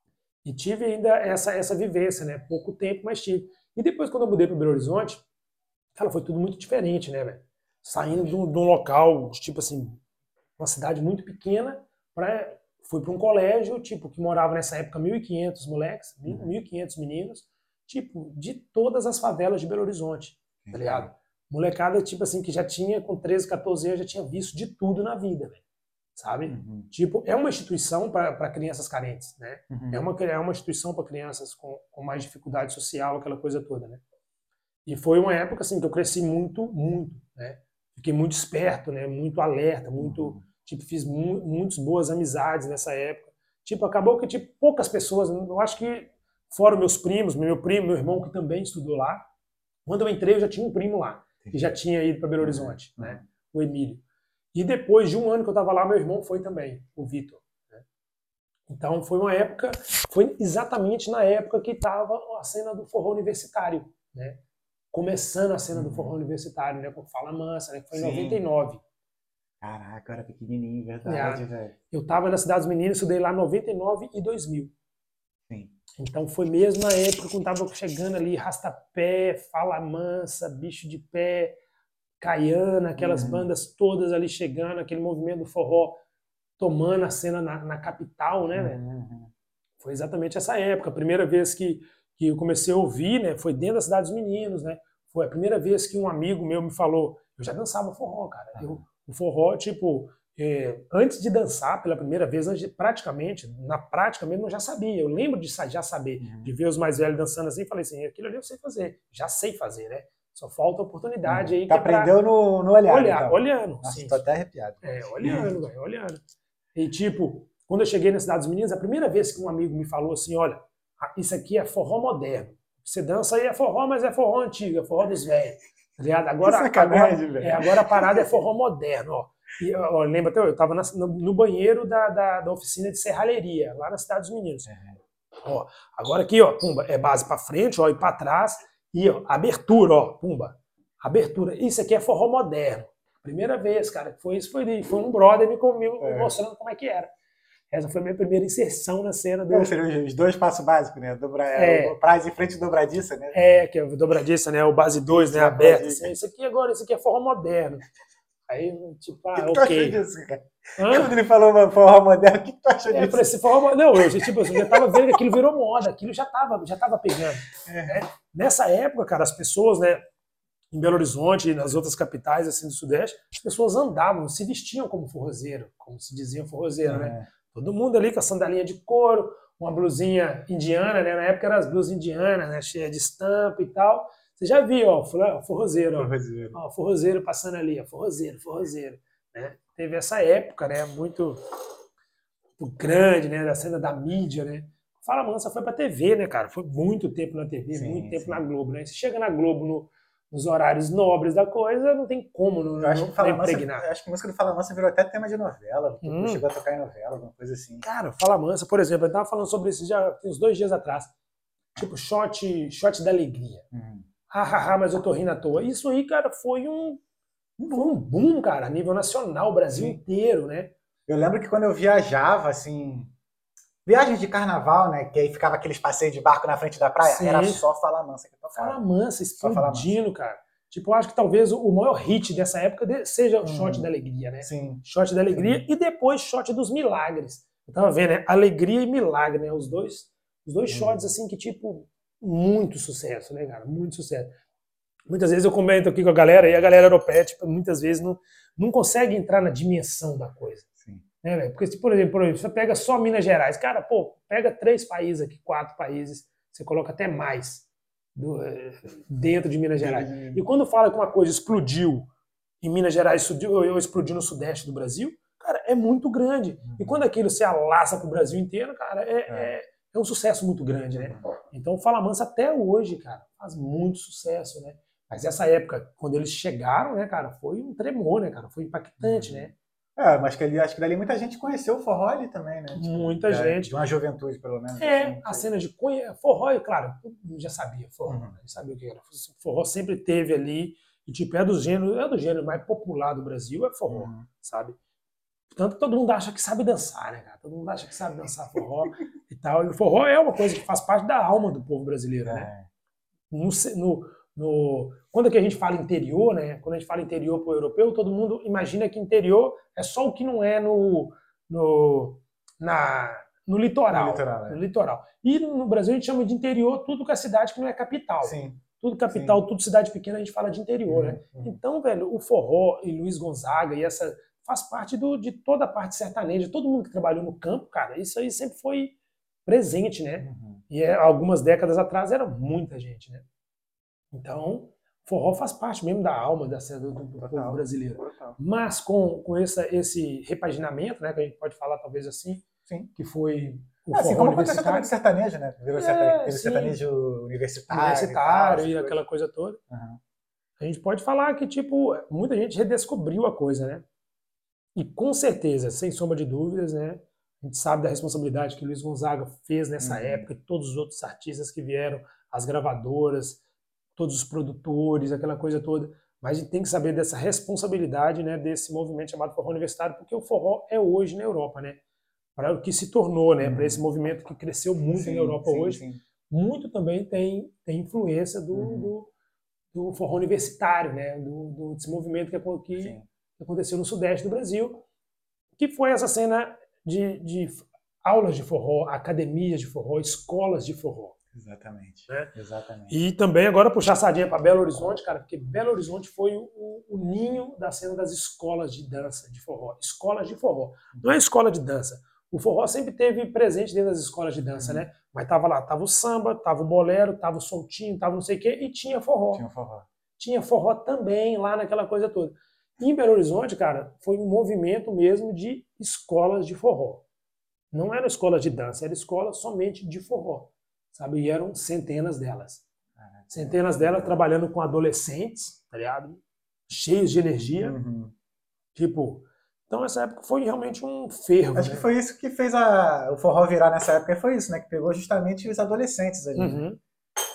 E tive ainda essa, essa vivência, né? Pouco tempo, mas tive. E depois, quando eu mudei para Belo Horizonte, cara, foi tudo muito diferente, né, velho? Saindo de um, de um local, tipo assim, uma cidade muito pequena, pra, fui para um colégio, tipo, que morava nessa época mil e quinhentos moleques, mil e quinhentos meninos, tipo, de todas as favelas de Belo Horizonte, tá ligado? Molecada, tipo assim, que já tinha, com treze, quatorze anos, já tinha visto de tudo na vida, velho. Sabe? Uhum. Tipo, é uma instituição para crianças carentes, né? Uhum. É, uma, é uma instituição para crianças com, com mais dificuldade social, aquela coisa toda, né? E foi uma época, assim, que eu cresci muito, muito, né? Fiquei muito esperto, né? Muito alerta, muito... Uhum. Tipo, fiz mu muitas boas amizades nessa época. Tipo, acabou que, tipo, poucas pessoas... Eu acho que, fora meus primos, meu primo, meu irmão, que também estudou lá, quando eu entrei, eu já tinha um primo lá, que já tinha ido para Belo Horizonte, uhum. né? O Emílio. E depois de um ano que eu estava lá, meu irmão foi também, o Vitor. Né? Então foi uma época, foi exatamente na época que estava a cena do forró universitário, né? Começando a cena do forró universitário, né? Com Fala Mansa, né? Que foi em Sim. noventa e nove. Caraca, eu era pequenininho, verdade, é. velho. Eu estava na Cidade dos Meninos, estudei lá em noventa e nove e dois mil. Sim. Então foi mesmo na época quando estava chegando ali, Rastapé, Fala Mansa, Bicho de Pé, Caiana, aquelas uhum. bandas todas ali chegando, aquele movimento do forró tomando a cena na, na capital, né, velho? Uhum. Foi exatamente essa época. A primeira vez que, que eu comecei a ouvir, né, foi dentro da Cidade dos Meninos, né? Foi a primeira vez que um amigo meu me falou, eu já dançava forró, cara. Uhum. Eu, o forró, tipo, é, antes de dançar pela primeira vez, antes de, praticamente, na prática mesmo, eu já sabia. Eu lembro de já saber, uhum. de ver os mais velhos dançando assim, e falei assim, aquilo ali eu sei fazer. Já sei fazer, né? Só falta oportunidade uhum. aí. Tá que aprendeu é pra... no, no olhar, olhar então. Olhando. Nossa, sim. Tô até arrepiado. É, olhando, velho, olhando. E tipo, quando eu cheguei na Cidade dos Meninos, a primeira vez que um amigo me falou assim, olha, isso aqui é forró moderno. Você dança aí é forró, mas é forró antigo, é forró dos velhos. Tá ligado? Agora, sacanagem, agora, é, agora a parada é forró moderno, ó. E, ó, lembra até, eu tava na, no, no banheiro da, da, da oficina de serralheria, lá na Cidade dos Meninos. Uhum. Ó, agora aqui, ó, pumba, é base pra frente, ó, e pra trás, e ó, abertura, ó, pumba. Abertura. Isso aqui é forró moderno. Primeira vez, cara, foi isso, foi, foi um brother me, me é. mostrando como é que era. Essa foi a minha primeira inserção na cena do... É, seriam os dois passos básicos, né? Dobra... É. O prazo em frente e dobradiça, né? É, que é dobradiça, né? O base dois, né? Aberta. Assim, isso aqui agora, isso aqui é forró moderno. Aí, tipo, ah, O que, que tu ok. achou disso, cara? Hã? Quando ele falou forró moderno, o que, que tu achou É, eu disso? falei assim, forró, não, eu, tipo, eu já tava vendo que aquilo virou moda, aquilo já tava, já tava pegando. Né? Nessa época, cara, as pessoas, né, em Belo Horizonte e nas outras capitais assim do Sudeste, as pessoas andavam, se vestiam como forrozeiro, como se dizia forrozeiro, É. né? Todo mundo ali com a sandalinha de couro, uma blusinha indiana, né? Na época eram as blusas indianas, né? Cheia de estampa e tal. Você já viu, ó, forrozeiro, ó. Forrozeiro. Ó, forrozeiro passando ali, ó, forrozeiro, forrozeiro, né? Teve essa época, né? Muito, muito grande, né? Da cena da mídia, né? Fala Mansa foi pra T V, né, cara? Foi muito tempo na T V, Sim, muito tempo sim. na Globo, né? Você chega na Globo no, nos horários nobres da coisa, não tem como não, Eu acho não, que Fala não Mansa, impregnar. eu acho que a música do Fala Mansa virou até tema de novela. Tu Hum. chegou a tocar em novela, alguma coisa assim. Cara, Fala Mansa, por exemplo, eu tava falando sobre isso já tem uns dois dias atrás. Tipo, shot, shot da alegria. Uhum. Ha, ha, ha, mas eu tô rindo à toa. Isso aí, cara, foi um, foi um boom, cara, a nível nacional, o Brasil Sim. inteiro, né? Eu lembro que quando eu viajava, assim, viagens de carnaval, né, que aí ficava aqueles passeios de barco na frente da praia, Sim. era só Fala Mansa que tocava. Fala Mansa, Só Fala Mansa. explodindo, cara. Tipo, eu acho que talvez o maior hit dessa época de- seja o Hum. Shot da Alegria, né? Sim. Shot da Alegria Sim. e depois Shot dos Milagres. Eu tava vendo, né? Alegria e Milagre, né? Os dois, os dois Hum. shots, assim, que, tipo, muito sucesso, né, cara? Muito sucesso. Muitas vezes eu comento aqui com a galera, e a galera europeia, tipo, muitas vezes não, não consegue entrar na dimensão da coisa. Sim. Né, velho? Porque, se, por exemplo, por exemplo, você pega só Minas Gerais, cara, pô, pega três países aqui, quatro países, você coloca até mais do, eh, dentro de Minas Gerais. E quando fala que uma coisa explodiu em Minas Gerais explodiu, ou explodiu no Sudeste do Brasil, cara, é muito grande. E quando aquilo se alaça pro Brasil inteiro, cara, é, é, é um sucesso muito grande, né? Então o Fala Mansa até hoje, cara, faz muito sucesso, né? Mas essa época, quando eles chegaram, né, cara, foi um tremor, né, cara? Foi impactante, né? É, mas que ali, acho que dali muita gente conheceu o forró ali também, né? Tipo, Muita da- gente. De uma juventude, pelo menos. É, assim, a sei. cena de cunha, forró, e claro, todo mundo já sabia forró, Uhum. né? Já sabia o que era. Forró sempre teve ali, e tipo, é do gênero, é do gênero mais popular do Brasil, é forró, Uhum. sabe? Tanto que todo mundo acha que sabe dançar, né, cara? Todo mundo acha que sabe dançar forró e tal. E o forró é uma coisa que faz parte da alma do povo brasileiro, né? É. No, no, no, quando que a gente fala interior, né? Quando a gente fala interior para o europeu, todo mundo imagina que interior é só o que não é no, no, na, no litoral. No litoral, é. No litoral. E no Brasil a gente chama de interior tudo que é cidade que não é capital. Sim. Tudo capital, Sim. tudo cidade pequena, a gente fala de interior, Uhum. né? Uhum. Então, velho, o forró e Luiz Gonzaga e essa faz parte do, de toda a parte sertaneja. Todo mundo que trabalhou no campo, cara, isso aí sempre foi presente, né? Uhum. E é, algumas décadas atrás era muita gente, né? Então, forró faz parte mesmo da alma da cena do, do, do povo brasileiro. Total. Mas com, com essa, esse repaginamento, né, que a gente pode falar talvez assim, Sim. que foi o É, assim, forró como aconteceu também universitário. com sertanejo, né? Virou É, sertanejo, teve sim. sertanejo universitário, Universitário e, e tal, aquela coisa toda. Uhum. A gente pode falar que, tipo, muita gente redescobriu a coisa, né? E com certeza, sem sombra de dúvidas, né? A gente sabe da responsabilidade que Luiz Gonzaga fez nessa Uhum. época e todos os outros artistas que vieram, as gravadoras, todos os produtores, aquela coisa toda. Mas a gente tem que saber dessa responsabilidade, né, desse movimento chamado forró universitário, porque o forró é hoje na Europa, né? Para o que se tornou, né? Uhum. Para esse movimento que cresceu muito Sim, na Europa sim, hoje, sim. muito também tem, tem influência do, Uhum. do, do forró universitário, né? Do, do, desse movimento que, que, Sim. que aconteceu no Sudeste do Brasil, que foi essa cena de, de aulas de forró, academias de forró, escolas de forró. Exatamente. Né? Exatamente. E também agora puxar a sardinha para Belo Horizonte, cara, porque Belo Horizonte foi o, o ninho da cena das escolas de dança de forró. Escolas de forró. Não é escola de dança. O forró sempre teve presente dentro das escolas de dança, uhum. né? Mas tava lá, tava o samba, tava o bolero, tava o soltinho, tava não sei o quê, e tinha forró. Tinha forró. Tinha forró também lá naquela coisa toda. E em Belo Horizonte, cara, foi um movimento mesmo de escolas de forró. Não era escola de dança, era escola somente de forró, sabe? E eram centenas delas. Centenas delas trabalhando com adolescentes, tá ligado? Cheios de energia. Uhum. Tipo, então essa época foi realmente um fervo. Acho né? que foi isso que fez a, o forró virar nessa época, foi isso, né? Que pegou justamente os adolescentes ali. Uhum. Né?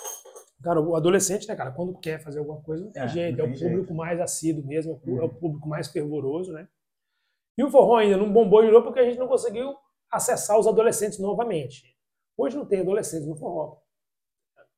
Cara, o adolescente, né, cara, quando quer fazer alguma coisa, não tem É, jeito. não É tem o público jeito. mais assíduo mesmo, Uhum. é o público mais fervoroso, né? E o forró ainda não bombou de novo porque a gente não conseguiu acessar os adolescentes novamente. Hoje não tem adolescentes no forró.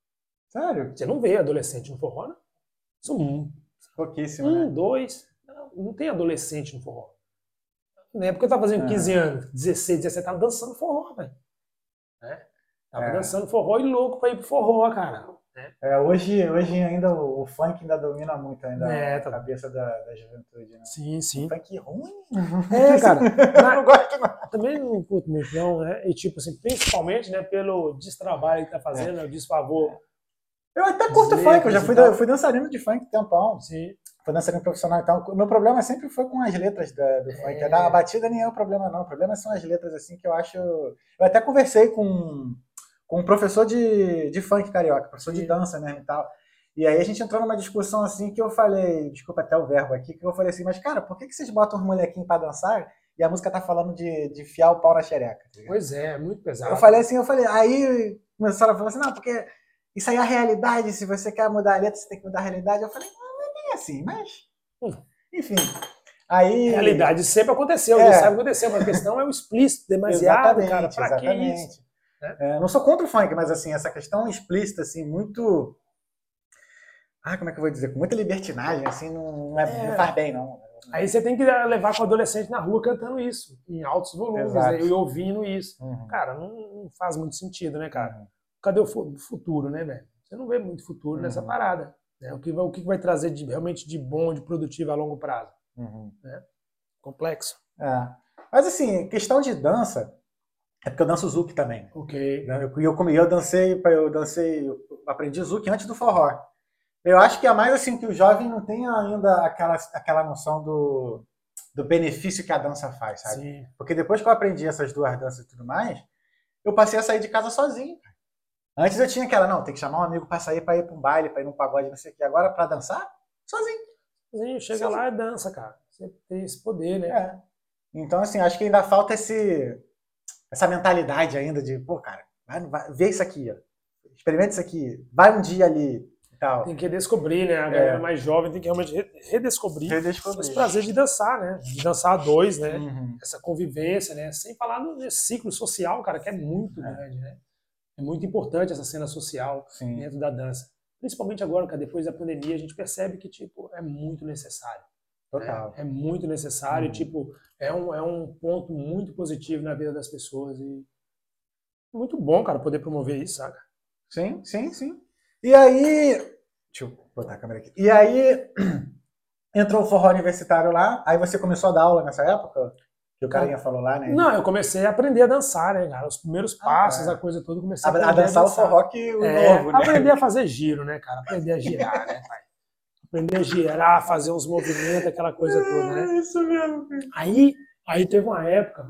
Sério? Você não vê adolescente no forró, né? São um, Pouquíssimo, um né? dois, não, não tem adolescente no forró. Na época eu tava fazendo quinze anos, dezesseis, dezessete, tava dançando forró, velho. Né? Tava é. dançando forró e louco pra ir pro forró, cara. Né? É, hoje, hoje ainda o, o funk ainda domina muito ainda é, a tá... cabeça da, da juventude, né? Sim, sim. O funk ruim. É, cara. Eu não gosto, não. Também não curto muito, não, né? E tipo assim, principalmente, né, pelo destrabalho que tá fazendo, é. o desfavor. Eu até curto funk, eu já fui, eu fui dançarino de funk tempão. Sim. Fui dançarino profissional, então o meu problema sempre foi com as letras da, do é. funk. A batida nem é o problema, não. O problema são as letras, assim, que eu acho... Eu até conversei com, com um professor de, de funk carioca, professor Sim. de dança mesmo e tal. E aí a gente entrou numa discussão, assim, que eu falei... Desculpa até o verbo aqui, que eu falei assim, mas, cara, por que, que vocês botam os molequinhos pra dançar e a música tá falando de, de fiar o pau na xereca? Tá pois é, é muito pesado. Eu falei assim, eu falei... Aí começaram a falar assim, não, porque... Isso aí é a realidade, se você quer mudar a letra, você tem que mudar a realidade. Eu falei, não, não é nem assim, mas... Hum. Enfim, aí... Realidade sempre aconteceu, é. sabe acontecer, mas a questão é o explícito, demasiado, exatamente, cara, pra exatamente. que isso? É, não sou contra o funk, mas assim, essa questão explícita, assim, muito... Ah, como é que eu vou dizer? Com muita libertinagem, assim, não, é, é. não faz bem, não. Aí você tem que levar com o adolescente na rua cantando isso, em altos volumes, né, e ouvindo isso. Uhum. Cara, não, não faz muito sentido, né, cara? Uhum. Cadê o futuro, né, velho? Você não vê muito futuro uhum. nessa parada. Né? O, que vai, o que vai trazer de, realmente de bom, de produtivo a longo prazo? Uhum. Né? Complexo. É. Mas assim, questão de dança, é porque eu danço zouk também. Ok. Eu, eu, eu, eu dancei, eu dancei, eu aprendi zouk antes do forró. Eu acho que é mais assim que o jovem não tem ainda aquela, aquela noção do, do benefício que a dança faz, sabe? Sim. Porque depois que eu aprendi essas duas danças e tudo mais, eu passei a sair de casa sozinho. Antes eu tinha aquela, não, tem que chamar um amigo pra sair, pra ir pra um baile, pra ir num pagode, não sei o quê. Agora, pra dançar, sozinho. Sozinho, chega sozinho. lá e dança, cara. Você tem esse poder, né? É. Então, assim, acho que ainda falta esse, essa mentalidade ainda de, pô, cara, vai, vai, vê isso aqui, ó. Experimenta isso aqui, vai um dia ali e tal. Tem que redescobrir, né? A galera é. mais jovem tem que realmente redescobrir, redescobrir. esse prazer de dançar, né? De dançar a dois, né? Uhum. Essa convivência, né? Sem falar nesse ciclo social, cara, que é muito é. grande, né? É muito importante essa cena social Sim. dentro da dança. Principalmente agora, cara, depois da pandemia, a gente percebe que, tipo, é muito necessário. Total. Né? É muito necessário, uhum. tipo, é um, é um ponto muito positivo na vida das pessoas. E muito bom, cara, poder promover isso, sabe? Sim, sim, sim. E aí... Deixa eu botar a câmera aqui. E aí, entrou o forró universitário lá, aí você começou a dar aula nessa época? Que o carinha falou lá, né? Não, eu comecei a aprender a dançar, né, cara? Os primeiros passos, ah, é. a coisa toda, comecei a, a, a dançar a o forró que o é, novo, né? Aprender a fazer giro, né, cara? Aprender a girar, né, pai? Aprender a girar, fazer uns movimentos, aquela coisa toda, né? É isso mesmo. Aí, aí teve uma época,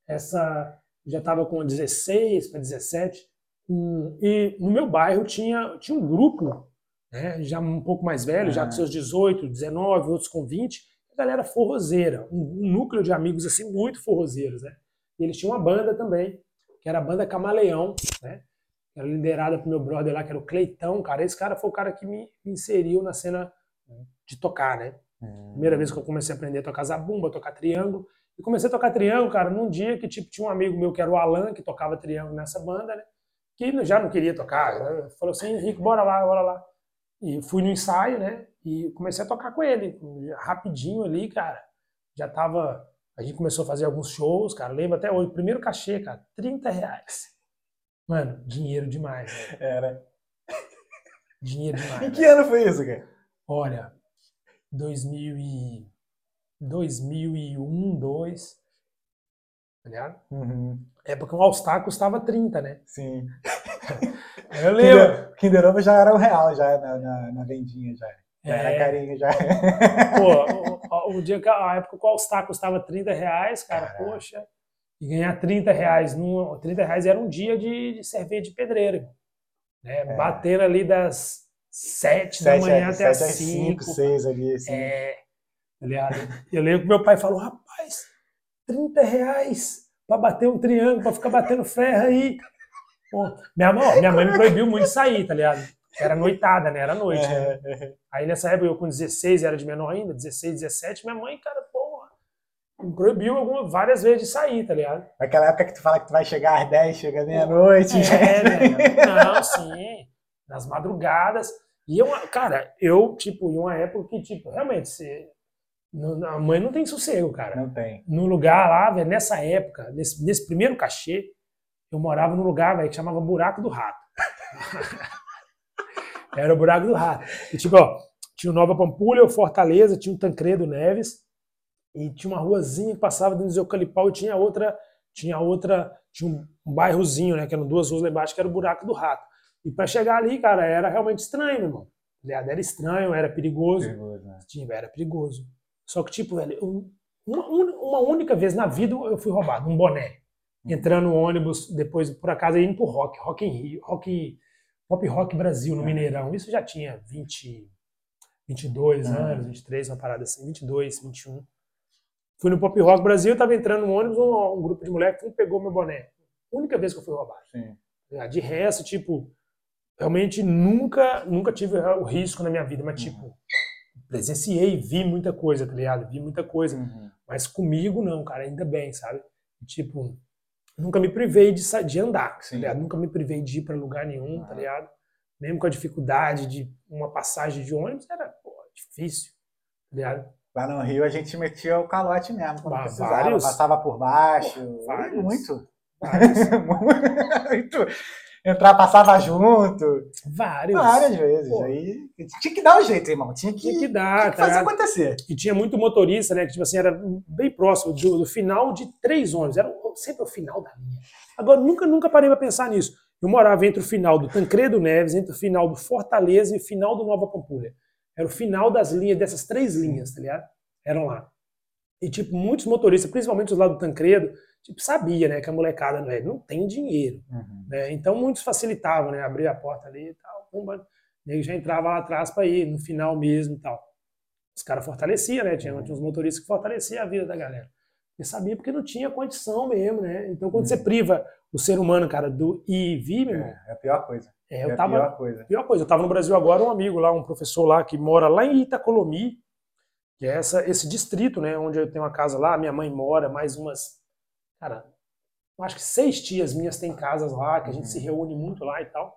essa já tava com dezesseis para dezessete, um, e no meu bairro tinha, tinha um grupo, né, já um pouco mais velho, ah. já com seus dezoito, dezenove, outros com vinte, galera forrozeira, um, um núcleo de amigos assim muito forrozeiros, né? E eles tinham uma banda também, que era a banda Camaleão, né? Era liderada pro meu brother lá, que era o Cleitão, cara. Esse cara foi o cara que me, me inseriu na cena de tocar, né? Hum. Primeira vez que eu comecei a aprender a tocar zabumba, tocar triângulo. E comecei a tocar triângulo, cara, num dia que tipo tinha um amigo meu que era o Alan, que tocava triângulo nessa banda, né? Que já não queria tocar, né? Falou assim, Henrique, bora lá, bora lá. E fui no ensaio, né? E comecei a tocar com ele, rapidinho ali, cara. Já tava... A gente começou a fazer alguns shows, cara. Lembro até hoje, primeiro cachê, cara, trinta reais. Mano, dinheiro demais. Né? Era. Dinheiro demais. Em que ano foi isso, cara? Olha, dois mil e... dois mil e um, dois. Tá ligado? Uhum. É porque um All-Star custava trinta, né? Sim. Eu lembro. Kinder Ovo já era um real, já na, na, na vendinha, já. Já é. Era carinho, já. Pô, o, o, o dia que a época que o All-Star custava trinta reais, cara, Caraca. Poxa. E ganhar trinta reais, no, trinta reais era um dia de, de cerveja de pedreiro. Né? É. Batendo ali das sete da manhã até as cinco. seis ali, assim. É, aliás, eu lembro que meu pai falou, rapaz, trinta reais pra bater um triângulo, pra ficar batendo ferro aí. Pô, minha, mãe, minha mãe me proibiu muito de sair, tá ligado? Era noitada, né? Era noite. É, né? É. Aí nessa época eu com dezesseis, era de menor ainda, dezesseis, dezessete, minha mãe, cara, porra, me proibiu alguma, várias vezes de sair, tá ligado? Aquela época que tu fala que tu vai chegar às dez, chega meia-noite. É, né? Não, sim. Nas madrugadas. E eu, cara, eu, tipo, em uma época que, tipo, realmente, você, Não, a mãe não tem sossego, cara. Não tem. No lugar lá, velho, nessa época, nesse, nesse primeiro cachê, eu morava num lugar, velho, que chamava Buraco do Rato. Era o Buraco do Rato. E tipo, ó, tinha o Nova Pampulha, o Fortaleza, tinha o Tancredo Neves, e tinha uma ruazinha que passava dentro do Eucalipau e tinha outra, tinha outra, tinha um, um bairrozinho, né, que eram duas ruas lá embaixo, que era o Buraco do Rato. E pra chegar ali, cara, era realmente estranho, meu irmão. Era estranho, era perigoso. Perigoso, né? Tinha, era perigoso. Só que, tipo, velho, eu, uma, uma única vez na vida eu fui roubado, um boné. Entrando no ônibus, depois, por acaso, indo pro Rock, Rock em Rio, Rock, Pop Rock Brasil, no Mineirão. Isso já tinha vinte, vinte e dois Uhum. anos, vinte e três, uma parada assim, vinte e dois, vinte e um. Fui no Pop Rock Brasil, tava entrando no ônibus, um, um grupo de moleques que pegou meu boné. Única vez que eu fui roubado. Sim. De resto, tipo, realmente nunca, nunca tive o risco na minha vida, mas, tipo, uhum. presenciei, vi muita coisa, tá ligado? Vi muita coisa. Uhum. Mas comigo não, cara, ainda bem, sabe? Tipo, nunca me privei de, de andar, tá ligado? Nunca me privei de ir pra lugar nenhum, uhum. tá ligado? Mesmo com a dificuldade de uma passagem de ônibus, era, pô, difícil, tá ligado? Lá no Rio a gente metia o calote mesmo, quando ah, precisava, vários? passava por baixo. Pô, vários. Muito. Vários. Muito. Entrar, passava junto. Vários. Várias vezes. Pô. Aí tinha que dar o um jeito, irmão. Tinha que, tinha que dar, tinha que fazer tá acontecer. E tinha muito motorista, né? Que tipo assim, era bem próximo do, do final de três ônibus. Era sempre o final da linha. Agora, nunca, nunca parei pra pensar nisso. Eu morava entre o final do Tancredo Neves, entre o final do Fortaleza e o final do Nova Pampulha. Era o final das linhas, dessas três linhas, tá ligado? Eram lá. E, tipo, muitos motoristas, principalmente os lá do Tancredo, tipo, sabia, né, que a molecada não, é, não tem dinheiro. Uhum. Né? Então, muitos facilitavam, né? Abria a porta ali e tal. Pumba, e aí já entrava lá atrás pra ir, no final mesmo e tal. Os caras fortaleciam, né? Tinha, uhum. tinha uns motoristas que fortaleciam a vida da galera. E sabia porque não tinha condição mesmo, né? Então, quando uhum. você priva o ser humano, cara, do ir e vir, meu irmão... É, é a pior coisa. É, eu é tava, a pior coisa. pior coisa. Eu tava no Brasil agora, um amigo lá, um professor lá, que mora lá em Itacolomi, que é essa, esse distrito, né, onde eu tenho uma casa lá, minha mãe mora, mais umas, cara, eu acho que seis tias minhas têm casas lá, que a gente uhum. se reúne muito lá e tal.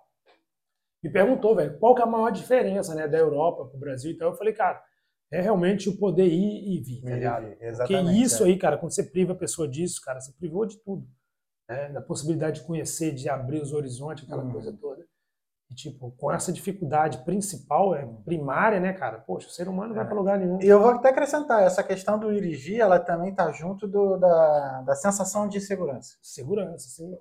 Me perguntou, velho, qual que é a maior diferença, né, da Europa pro Brasil e tal. Eu falei, cara, é realmente o poder ir e vir, tá ligado? Porque isso é. aí, cara, quando você priva a pessoa disso, cara, você privou de tudo. Né, da possibilidade de conhecer, de abrir os horizontes, aquela uhum. coisa toda. E, tipo, com essa dificuldade principal, é primária, né, cara? Poxa, o ser humano não é. vai para lugar nenhum. E eu vou até acrescentar, essa questão do ir e vir, ela também tá junto do, da, da sensação de segurança. Segurança, sim.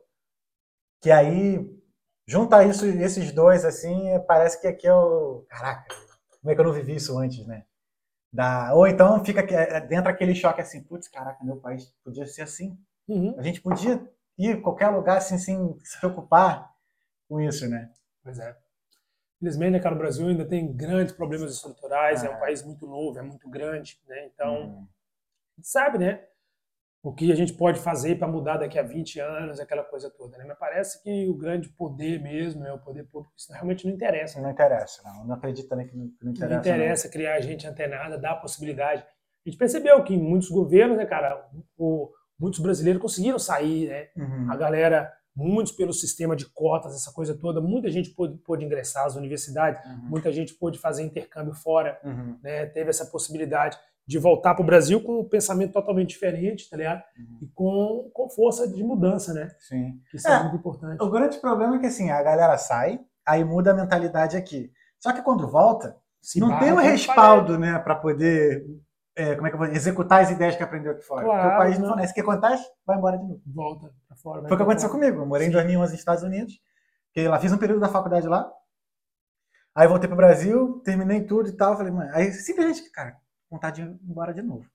Que aí, junta isso, esses dois, assim, parece que aqui é o... Caraca, como é que eu não vivi isso antes, né? Da... Ou então fica dentro aquele choque assim, putz, caraca, meu país podia ser assim. Uhum. A gente podia ir em qualquer lugar assim, sem se preocupar com isso, né? Pois é. Infelizmente, né, cara, o Brasil ainda tem grandes problemas estruturais, ah, é um país muito novo, é muito grande, né? Então, uhum. a gente sabe, né, o que a gente pode fazer para mudar daqui a vinte anos, aquela coisa toda, né? Mas parece que o grande poder mesmo, né, o poder público, isso realmente não interessa. Não interessa, não. Não acredita nem que não, que não interessa. Não interessa não. Criar gente antenada, dar a possibilidade. A gente percebeu que muitos governos, né, cara, o, muitos brasileiros conseguiram sair, né? Uhum. A galera... muitos pelo sistema de cotas, essa coisa toda, muita gente pôde, pôde ingressar às universidades, uhum. muita gente pôde fazer intercâmbio fora, uhum. né, teve essa possibilidade de voltar para o Brasil com um pensamento totalmente diferente, tá ligado? Uhum. E com, com força de mudança, né? Sim. Isso é, é muito importante. O grande problema é que assim, a galera sai, aí muda a mentalidade aqui. Só que quando volta, Se não tem um respaldo, né, para poder... É, como é que eu vou executar as ideias que aprendeu aqui fora. Claro, porque o país não não. fornece. O que acontece, vai embora de novo. Volta pra fora. Foi o que aconteceu fora. comigo. Eu morei Sim. em dois mil e onze nos Estados Unidos. Que lá fiz um período da faculdade lá. Aí voltei pro Brasil, terminei tudo e tal. Falei, mano, aí simplesmente, cara, vontade de ir embora de novo.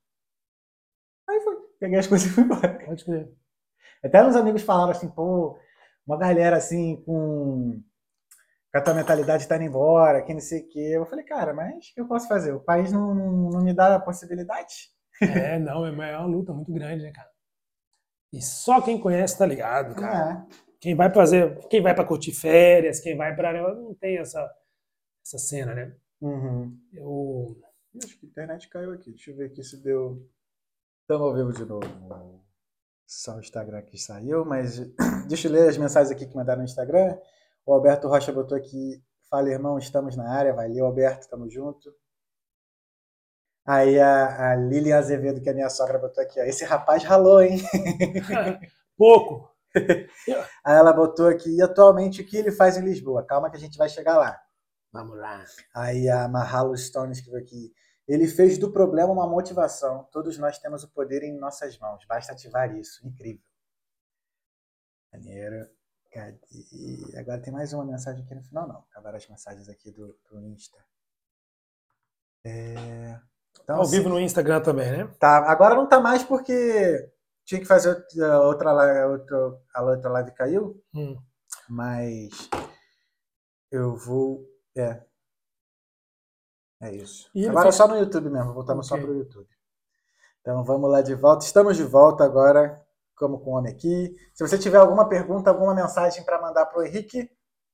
Aí foi. Peguei as coisas e fui embora. Pode crer. Até uns amigos falaram assim, pô, uma galera assim com... com a tua mentalidade tá indo embora, que não sei o quê. Eu falei, cara, mas o que eu posso fazer? O país não, não, não me dá a possibilidade. É, não, é uma luta muito grande, né, cara? E só quem conhece tá ligado, cara. É. Quem vai fazer, quem vai pra curtir férias, quem vai pra... não tem essa, essa cena, né? Uhum. Eu... Acho que a internet caiu aqui. Deixa eu ver aqui se deu... Estamos ao vivo de novo. Só o Instagram que saiu, mas deixa eu ler as mensagens aqui que mandaram no Instagram. O Alberto Rocha botou aqui, fala irmão, estamos na área, valeu Alberto, tamo junto. Aí a, a Lilian Azevedo, que é minha sogra, botou aqui, ó. Esse rapaz ralou, hein? Pouco. Aí ela botou aqui, e atualmente o que ele faz em Lisboa? Calma que a gente vai chegar lá. Vamos lá. Aí a Mahalo Stone escreveu aqui, ele fez do problema uma motivação. Todos nós temos o poder em nossas mãos. Basta ativar isso. Incrível. Maneiro. Cadê? Agora tem mais uma mensagem aqui no final, não. Acabaram as mensagens aqui do, do Insta. É... Então, Ao assim, vivo no Instagram também, né? Tá, agora não tá mais porque tinha que fazer outra, outra, live- outra a outra live caiu, Hum. mas eu vou. É. É isso. E ele Agora fez- só no YouTube mesmo, voltamos Ok. só pro YouTube. Então vamos lá de volta. Estamos de volta agora, como com o homem aqui. Se você tiver alguma pergunta, alguma mensagem para mandar pro Henrique,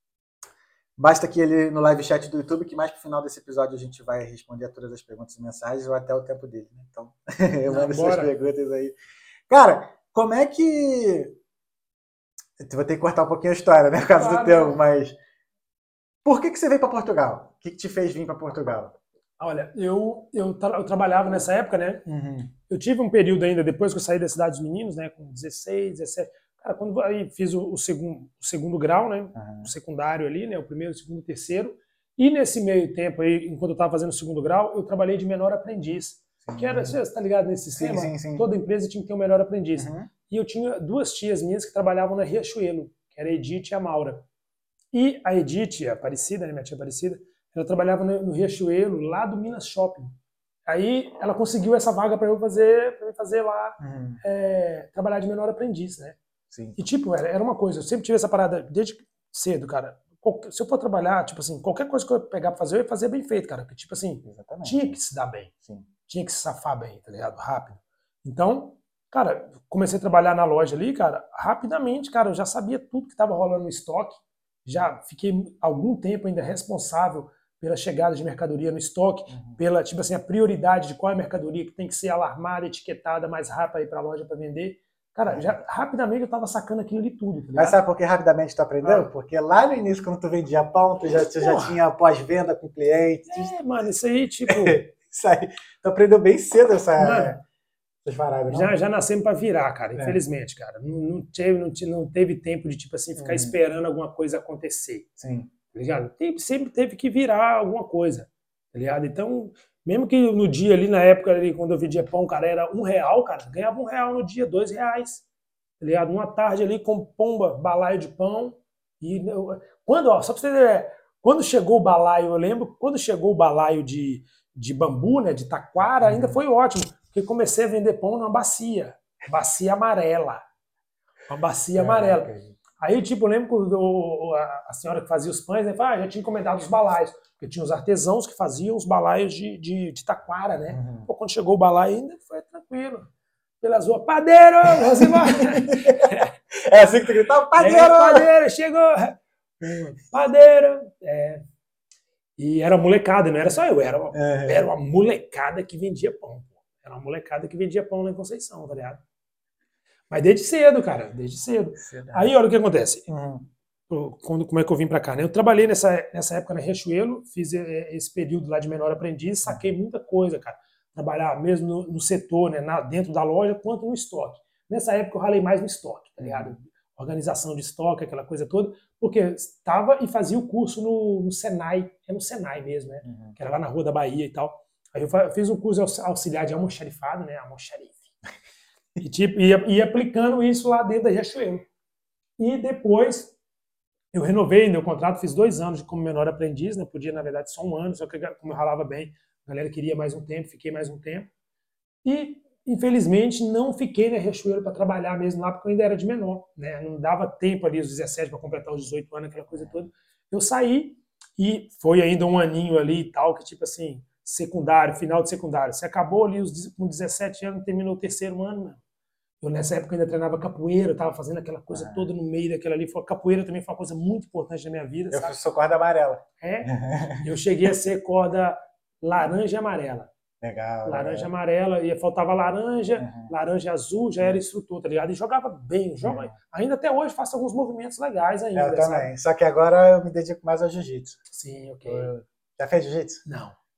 basta que ele no live chat do YouTube, que mais pro final desse episódio a gente vai responder a todas as perguntas e mensagens, ou até o tempo dele, né? Então, eu Não, mando suas bora. perguntas aí. Cara, como é que. Eu vou ter que cortar um pouquinho a história, né? Por causa Claro, do tempo, não. mas. Por que, que você veio para Portugal? O que, que te fez vir para Portugal? Olha, eu, eu, tra- eu trabalhava nessa época, né? Uhum. Eu tive um período ainda, depois que eu saí da Cidade dos Meninos, né? Com dezesseis, dezessete. Cara, quando aí fiz o, o, segundo, o segundo grau, né? Uhum. O secundário ali, né? O primeiro, o segundo, o terceiro. E nesse meio tempo aí, enquanto eu estava fazendo o segundo grau, eu trabalhei de menor aprendiz. Sim. Que era, você está ligado nesse sistema? Sim, sim, sim. Toda empresa tinha que ter um menor aprendiz. Uhum. E eu tinha duas tias minhas que trabalhavam na Riachuelo, que era a Edith e a Maura. E a Edith, a Aparecida, né, minha tia Aparecida, ela trabalhava no, no Riachuelo, lá do Minas Shopping. Aí ela conseguiu essa vaga para eu fazer, para eu fazer lá, Uhum. é, trabalhar de menor aprendiz, né? Sim. E tipo, era, era uma coisa, eu sempre tive essa parada desde cedo, cara. Qualquer, se eu for trabalhar, tipo assim, qualquer coisa que eu pegar pra fazer, eu ia fazer bem feito, cara. Porque, tipo assim, Exatamente. tinha que se dar bem. Sim. Tinha que se safar bem, tá ligado? Rápido. Então, cara, comecei a trabalhar na loja ali, cara, rapidamente, cara, eu já sabia tudo que tava rolando no estoque. Já fiquei algum tempo ainda responsável pela chegada de mercadoria no estoque, Uhum. pela, tipo assim, a prioridade de qual é a mercadoria que tem que ser alarmada, etiquetada mais rápido aí pra loja para vender. Cara, já rapidamente eu tava sacando aquilo ali tudo, tá ligado? Mas sabe por que rapidamente tu aprendeu? Ah. Porque lá no início, quando tu vendia pão, tu já, tu já Porra. tinha pós-venda com cliente. É, mano, isso aí, tipo, Isso aí. Tu aprendeu bem cedo essa, mano, essas paradas, não? já, já nascemos pra virar, cara, É. infelizmente, cara. Não, não, teve, não, te- não teve tempo de, tipo assim, ficar Uhum. esperando alguma coisa acontecer, Sim. tá ligado? Tem- sempre teve que virar alguma coisa, tá ligado? Então, mesmo que no dia ali, na época ali, quando eu vendia pão, cara, era um real, cara, ganhava um real no dia, dois reais, tá ligado? Uma tarde ali com pomba, balaio de pão. E eu- quando, ó, só pra você ter ideia, quando chegou o balaio, eu lembro, quando chegou o balaio de, de bambu, né, de taquara, ainda foi ótimo, porque comecei a vender pão numa bacia, bacia amarela, uma bacia amarela. Caraca. Aí, tipo, eu lembro que o- a, a senhora que fazia os pães, né, falava, ah, já tinha encomendado os balaios, porque tinha os artesãos que faziam os balaios de, de, de taquara, né? Uhum. Pô, quando chegou o balaio ainda foi tranquilo. Pelas ruas, padeiro, vamos embora. É assim que tu gritava? Padeiro! É, padeiro, chegou! Padeiro! É. E era molecada, não era só eu, era uma, É. era uma molecada que vendia pão. Pô. Era uma molecada que vendia pão lá em Conceição, tá ligado? Mas desde cedo, cara, desde cedo. Aí, olha o que acontece. Uhum. Eu- Quando, como é que eu vim pra cá, né? Eu trabalhei nessa, nessa época na Riachuelo, fiz eh, esse período lá de menor aprendiz, saquei muita coisa, cara. Trabalhar mesmo no, no setor, né, na- dentro da loja, quanto no estoque. Nessa época eu ralei mais no estoque, tá ligado? Organização de estoque, aquela coisa toda, porque estava e fazia o curso no, no Senai, é no Senai mesmo, né? Uhum. Que era lá na Rua da Bahia e tal. Aí eu fa- eu fiz um curso aux- auxiliar de almoxarifado, né? Almoxarife. E tipo, ia, ia aplicando isso lá dentro da Riachuelo. E depois eu renovei meu contrato, fiz dois anos como menor aprendiz, né? Podia, na verdade, só um ano, só que como eu ralava bem, a galera queria mais um tempo, fiquei mais um tempo. E, infelizmente, não fiquei na Riachuelo para trabalhar mesmo lá, porque eu ainda era de menor, né? Não dava tempo ali, os dezessete, para completar os dezoito anos, aquela coisa toda. Eu saí e foi ainda um aninho ali e tal, que tipo assim, secundário, final de secundário. Você acabou ali os, com dezessete anos, terminou o terceiro ano, mano. Eu, nessa época, ainda treinava capoeira, eu tava fazendo aquela coisa Ah. toda no meio daquela ali. Capoeira também foi uma coisa muito importante na minha vida, Eu sabe? sou corda amarela. É, eu cheguei a ser corda laranja e amarela. Legal. Laranja e legal. amarela, e faltava laranja, Uhum. laranja e azul, já era instrutor, tá ligado? E jogava bem, joga, Uhum. ainda até hoje faço alguns movimentos legais ainda, Eu sabe? também. Só que agora eu me dedico mais ao jiu-jitsu. Sim, ok. Eu- Já fez jiu-jitsu? Não.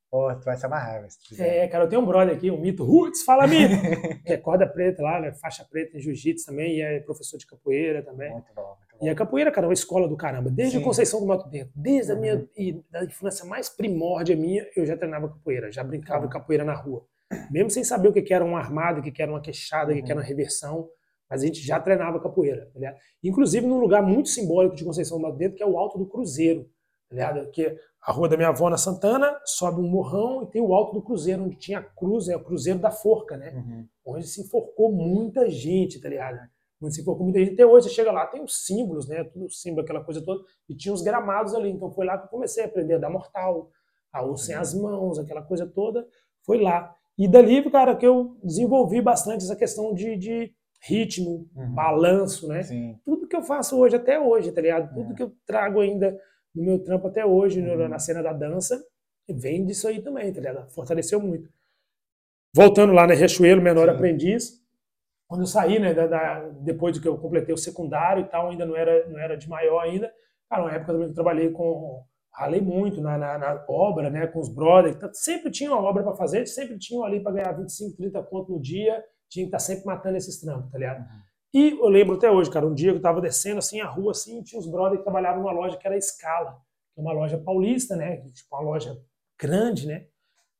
Pô, tu vai se amarrar, velho. É, cara, eu tenho um brother aqui, o Mito Roots, fala Mito, que é corda preta lá, né, faixa preta em jiu-jitsu também, e é professor de capoeira também. Muito bom, muito bom. E a capoeira, cara, é uma escola do caramba, desde Sim. Conceição do Mato Dentro, desde Uhum. a minha e da infância mais primórdia minha, eu já treinava capoeira, já brincava Uhum. capoeira na rua. Mesmo sem saber o que era um armado, o que era uma queixada, Uhum. o que era uma reversão, mas a gente já treinava capoeira, tá ligado? Inclusive num lugar muito simbólico de Conceição do Mato Dentro, que é o Alto do Cruzeiro, tá ligado? Que a rua da minha avó na Santana, sobe um morrão e tem o Alto do Cruzeiro, onde tinha a cruz, é o Cruzeiro da Forca, né? Uhum. Onde se enforcou muita gente, tá ligado? Onde se enforcou muita gente. Até hoje você chega lá, tem os símbolos, né? Tudo símbolo, aquela coisa toda, e tinha os gramados ali. Então foi lá que eu comecei a aprender a dar mortal, a uso sem as mãos, aquela coisa toda, foi lá. E dali, cara, que eu desenvolvi bastante essa questão de, de ritmo, Uhum. balanço, né? Sim. Tudo que eu faço hoje, até hoje, tá ligado? Tudo É. que eu trago ainda no meu trampo até hoje, Uhum. na cena da dança, vem disso aí também, tá ligado? Fortaleceu muito. Voltando lá, né, Riachuelo, menor Sim. aprendiz, quando eu saí, né, da, da, depois de que eu completei o secundário e tal, ainda não era, não era de maior ainda, cara, uma época também que eu trabalhei com, ralei muito na, na, na obra, né, com os brothers, então, sempre tinha uma obra para fazer, sempre tinham ali para ganhar vinte e cinco, trinta conto no dia, tinha que estar sempre matando esses trampos, tá ligado? Uhum. E eu lembro até hoje, cara, um dia que eu tava descendo assim a rua, assim, tinha uns brothers que trabalhavam numa loja que era Scala, que é uma loja paulista, né, tipo uma loja grande, né,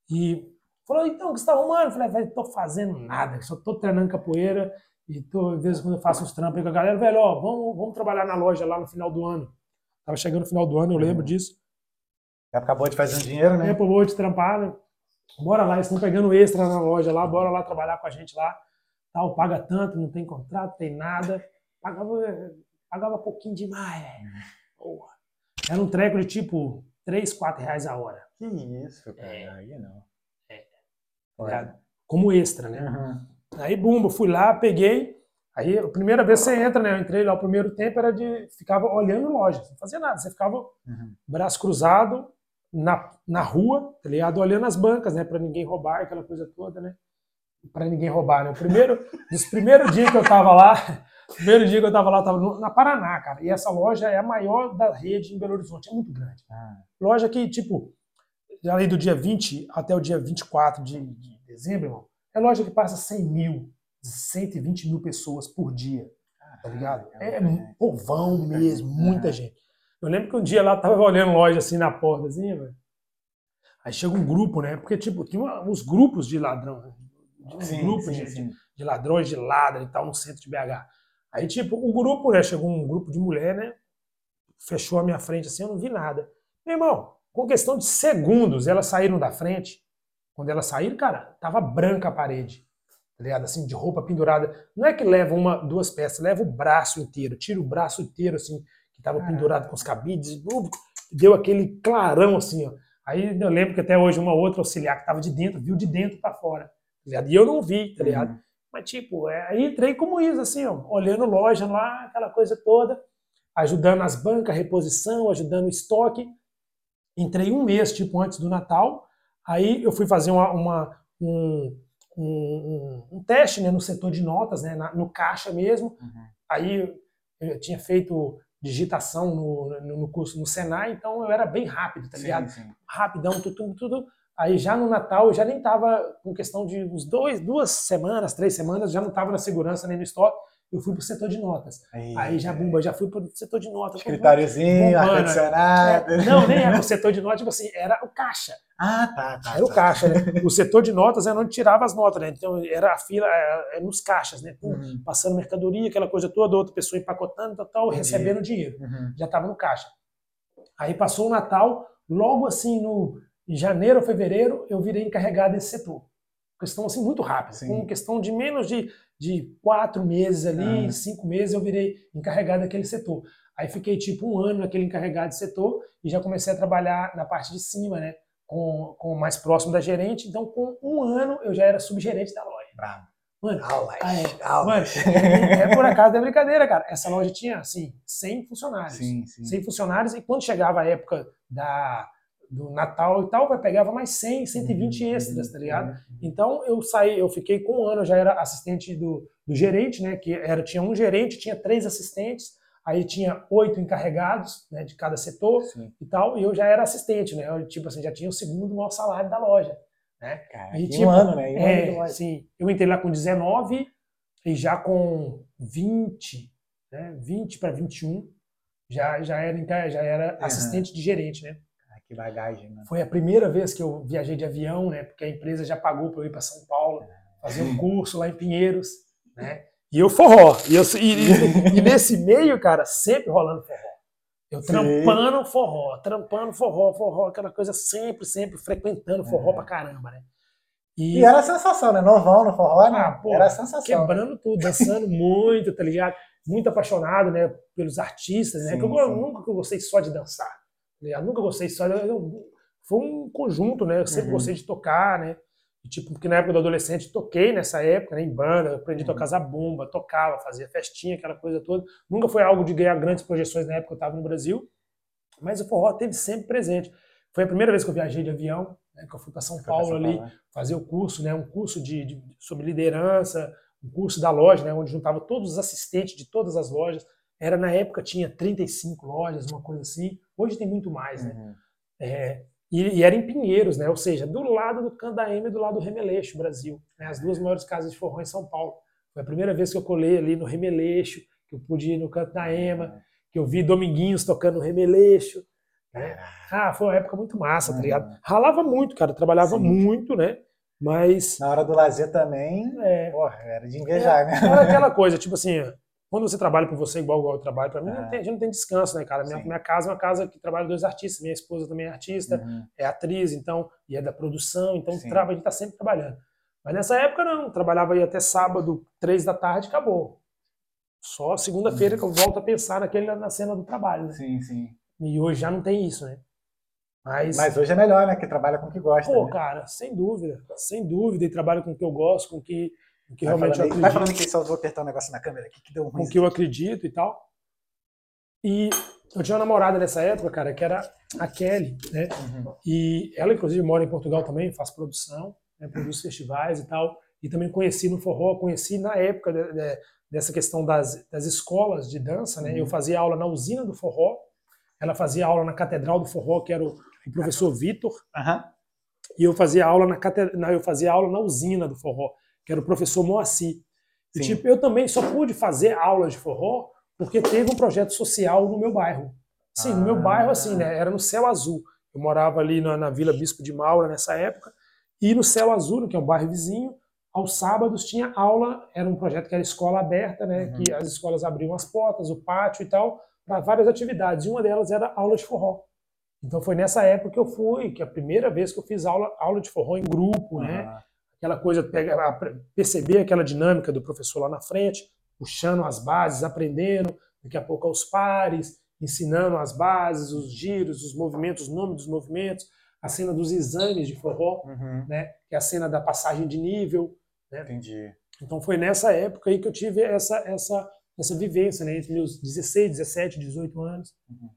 e falou, então, o que você tá arrumando? Eu falei, velho, tô fazendo nada, só tô treinando capoeira e tô, às vezes, quando eu faço uns trampos aí com a galera, velho, ó, vamos, vamos trabalhar na loja lá no final do ano. Tava chegando no final do ano, eu lembro Uhum. disso. Acabou de fazer um dinheiro, né? É, pô, vou te trampar, né? Bora lá, eles estão pegando extra na loja lá, bora lá trabalhar com a gente lá. Tal, paga tanto, não tem contrato, tem nada. Pagava, pagava pouquinho demais, velho. Porra. Era um treco de tipo três, quatro reais a hora. Que isso, cara. É. Aí não. É. Olha. Como extra, né? Uhum. Aí, bumba, fui lá, peguei. Aí, a primeira vez você entra, né? Eu entrei lá, o primeiro tempo era de... Ficava olhando loja, não fazia nada. Você ficava Uhum. braço cruzado na, na rua, tá ligado? Olhando as bancas, né? Pra ninguém roubar, aquela coisa toda, né? Pra ninguém roubar, né? O primeiro, dos primeiros dias que eu tava lá, primeiro dia que eu tava lá, eu tava no, na Paraná, cara. E essa loja é a maior da rede em Belo Horizonte, é muito grande. Ah. Loja que, tipo, ali do dia vinte até o dia vinte e quatro de, de dezembro, irmão, é loja que passa cem mil, cento e vinte mil pessoas por dia, tá ligado? Ah, é é povão muita mesmo, gente. muita Uhum. gente. Eu lembro que um dia lá eu tava olhando loja assim na porta, assim, velho. Aí chega um grupo, né? Porque, tipo, tinha uma, uns grupos de ladrão, né? Um Sim, grupo sim, de, sim. de, de ladrões de ladra e tal no centro de B H. Aí, tipo, o grupo, né? Chegou um grupo de mulher, né? Fechou a minha frente assim, eu não vi nada. Meu irmão, com questão de segundos, elas saíram da frente. Quando elas saíram, cara, tava branca a parede. Tá ligado? Assim, de roupa pendurada. Não é que leva uma, duas peças, leva o braço inteiro. Tira o braço inteiro, assim, que tava Caramba. pendurado com os cabides. Deu aquele clarão, assim, ó. Aí eu lembro que até hoje uma outra auxiliar que tava de dentro, viu de dentro pra fora. Tá ligado? E eu não vi, tá ligado? Uhum. Mas, tipo, é, aí entrei como isso, assim, ó, olhando loja lá, aquela coisa toda, ajudando as bancas, reposição, ajudando o estoque. Entrei um mês, tipo, antes do Natal. Aí eu fui fazer uma, uma, um, um, um teste, né, no setor de notas, né, na, no caixa mesmo. Uhum. Aí eu tinha feito digitação no, no, no curso no Senai, então eu era bem rápido, tá ligado? Sim, sim. Rapidão, tudo, tudo. Aí já no Natal eu já nem tava com questão de uns dois, duas semanas, três semanas, já não tava na segurança nem no estoque. Eu fui pro setor de notas. Aí, Aí já, bumba, já fui pro setor de notas. Escritóriozinho, ar-condicionado. É, não, nem era o setor de notas, tipo assim, era o caixa. Ah, tá, tá. Era o tá. caixa, né? O setor de notas era onde tirava as notas, né? Então era a fila, era nos caixas, né? Uhum. Passando mercadoria, aquela coisa toda, outra pessoa empacotando, tal, tal, recebendo dinheiro. Uhum. Já estava no caixa. Aí passou o Natal, logo assim, no em janeiro ou fevereiro, eu virei encarregado desse setor. Questão assim muito rápida. Sim. Com questão de menos de, de quatro meses ali, Uhum. cinco meses, eu virei encarregado daquele setor. Aí fiquei tipo um ano naquele encarregado de setor e já comecei a trabalhar na parte de cima, né? Com, com mais próximo da gerente. Então, com um ano, eu já era subgerente da loja. Bravo. Mano, Aulas, ah, é, aulas. mano é, é por acaso, não é brincadeira, cara. Essa loja tinha, assim, cem funcionários. Sim, sim. cem funcionários, e quando chegava a época da, do Natal e tal, eu pegava mais cem, cento e vinte Uhum, extras, tá ligado? uhum. Então, eu saí, eu fiquei com um ano, eu já era assistente do, do gerente, né? Que era, tinha um gerente, tinha três assistentes. aí tinha oito encarregados, né, de cada setor. Sim. E tal, e eu já era assistente, né? Eu, tipo assim, já tinha o segundo maior salário da loja, né? Caraca, E, em tipo, um ano, né? Em um é, ano de loja. sim. Eu entrei lá com dezenove e já com vinte, né? vinte para vinte e um, já, já era, já era Uhum. assistente de gerente, né? Ah, que bagagem, mano. Foi a primeira vez que eu viajei de avião, né? Porque a empresa já pagou para eu ir para São Paulo, fazer um curso lá em Pinheiros, né? E eu forró. E, eu, e, e, e nesse meio, cara, sempre rolando forró. Eu Sim. trampando forró, trampando forró, forró, aquela coisa sempre, sempre frequentando forró é. pra caramba, né? E, e era a sensação, né? Novão no forró, né? Ah, pô, era a sensação. Quebrando né? tudo, dançando muito, tá ligado? Muito apaixonado, né? Pelos artistas, né? Sim, que eu, sim. nunca que eu gostei só de dançar, tá ligado? Nunca gostei só de... Eu, foi um conjunto, né? Eu sempre Uhum. gostei de tocar, né? E, tipo, porque na época do adolescente toquei nessa época, né? Em banda, aprendi Uhum. a tocar zabumba, tocava, fazia festinha, aquela coisa toda. Nunca foi algo de ganhar grandes projeções na época que eu tava no Brasil. Mas o forró esteve sempre presente. Foi a primeira vez que eu viajei de avião, né, que eu fui para São Paulo São ali Paulo. fazer o curso, né, um curso de, de, sobre liderança, um curso da loja, né, onde juntava todos os assistentes de todas as lojas. Era na época tinha trinta e cinco lojas, uma coisa assim. Hoje tem muito mais, né? Uhum. É, e, e era em Pinheiros, né? Ou seja, do lado do Candaema e do lado do Remeleixo, Brasil. Né, as duas maiores casas de forró em São Paulo. Foi a primeira vez que eu colei ali no Remeleixo, que eu pude ir no Candaema, uhum. que eu vi Dominguinhos tocando no Remeleixo. Né? Ah, foi uma época muito massa, uhum. tá ligado? Ralava muito, cara, trabalhava Sim. muito, né? Mas... Na hora do lazer também, é, porra, era de invejar, é, né? Era aquela coisa, tipo assim, quando você trabalha por você igual, igual eu trabalho, pra mim, uhum. não tem, a gente não tem descanso, né, cara? Minha, minha casa é uma casa que trabalha dois artistas, minha esposa também é artista, uhum. é atriz, então, e é da produção, então traba, a gente tá sempre trabalhando. Mas nessa época não, trabalhava aí até sábado, três da tarde, acabou. Só segunda-feira uhum. que eu volto a pensar naquele, na cena do trabalho, né? Sim, sim. E hoje já não tem isso, né? Mas, Mas hoje é melhor, né? Que trabalha com o que gosta. Pô, né? cara, sem dúvida. Sem dúvida. E trabalho com o que eu gosto, com o que, com que realmente eu aí, acredito. Vai falando que só vou apertar um negócio na câmera aqui que deu ruim. Com o que eu acredito e tal. E eu tinha uma namorada nessa época, cara, que era a Kelly, né? Uhum. E ela, inclusive, mora em Portugal também, faz produção, né? Produz festivais e tal. E também conheci no forró, conheci na época de, de, dessa questão das, das escolas de dança, né? Uhum. Eu fazia aula na usina do forró. Ela fazia aula na Catedral do Forró, que era o, o professor Vitor. Uhum. E eu fazia aula na catedral, eu fazia aula na usina do forró, que era o professor Moacir. E tipo, eu também só pude fazer aulas de forró porque teve um projeto social no meu bairro. Sim, ah. no meu bairro, assim, né? Era no Céu Azul. Eu morava ali na, na Vila Bispo de Maura nessa época. E no Céu Azul, que é um bairro vizinho, aos sábados tinha aula. Era um projeto que era escola aberta, né? Uhum. Que as escolas abriam as portas, o pátio e tal, para várias atividades. E uma delas era aula de forró. Então foi nessa época que eu fui, que é a primeira vez que eu fiz aula, aula de forró em grupo, uhum. né? Aquela coisa, pegar, perceber aquela dinâmica do professor lá na frente, puxando as bases, aprendendo, daqui a pouco aos pares, ensinando as bases, os giros, os movimentos, os nomes dos movimentos, a cena dos exames de forró, uhum. né? Que é a cena da passagem de nível. Né? Entendi. Então foi nessa época aí que eu tive essa, essa, essa vivência, né? Entre meus dezesseis, dezessete, dezoito anos. Uhum.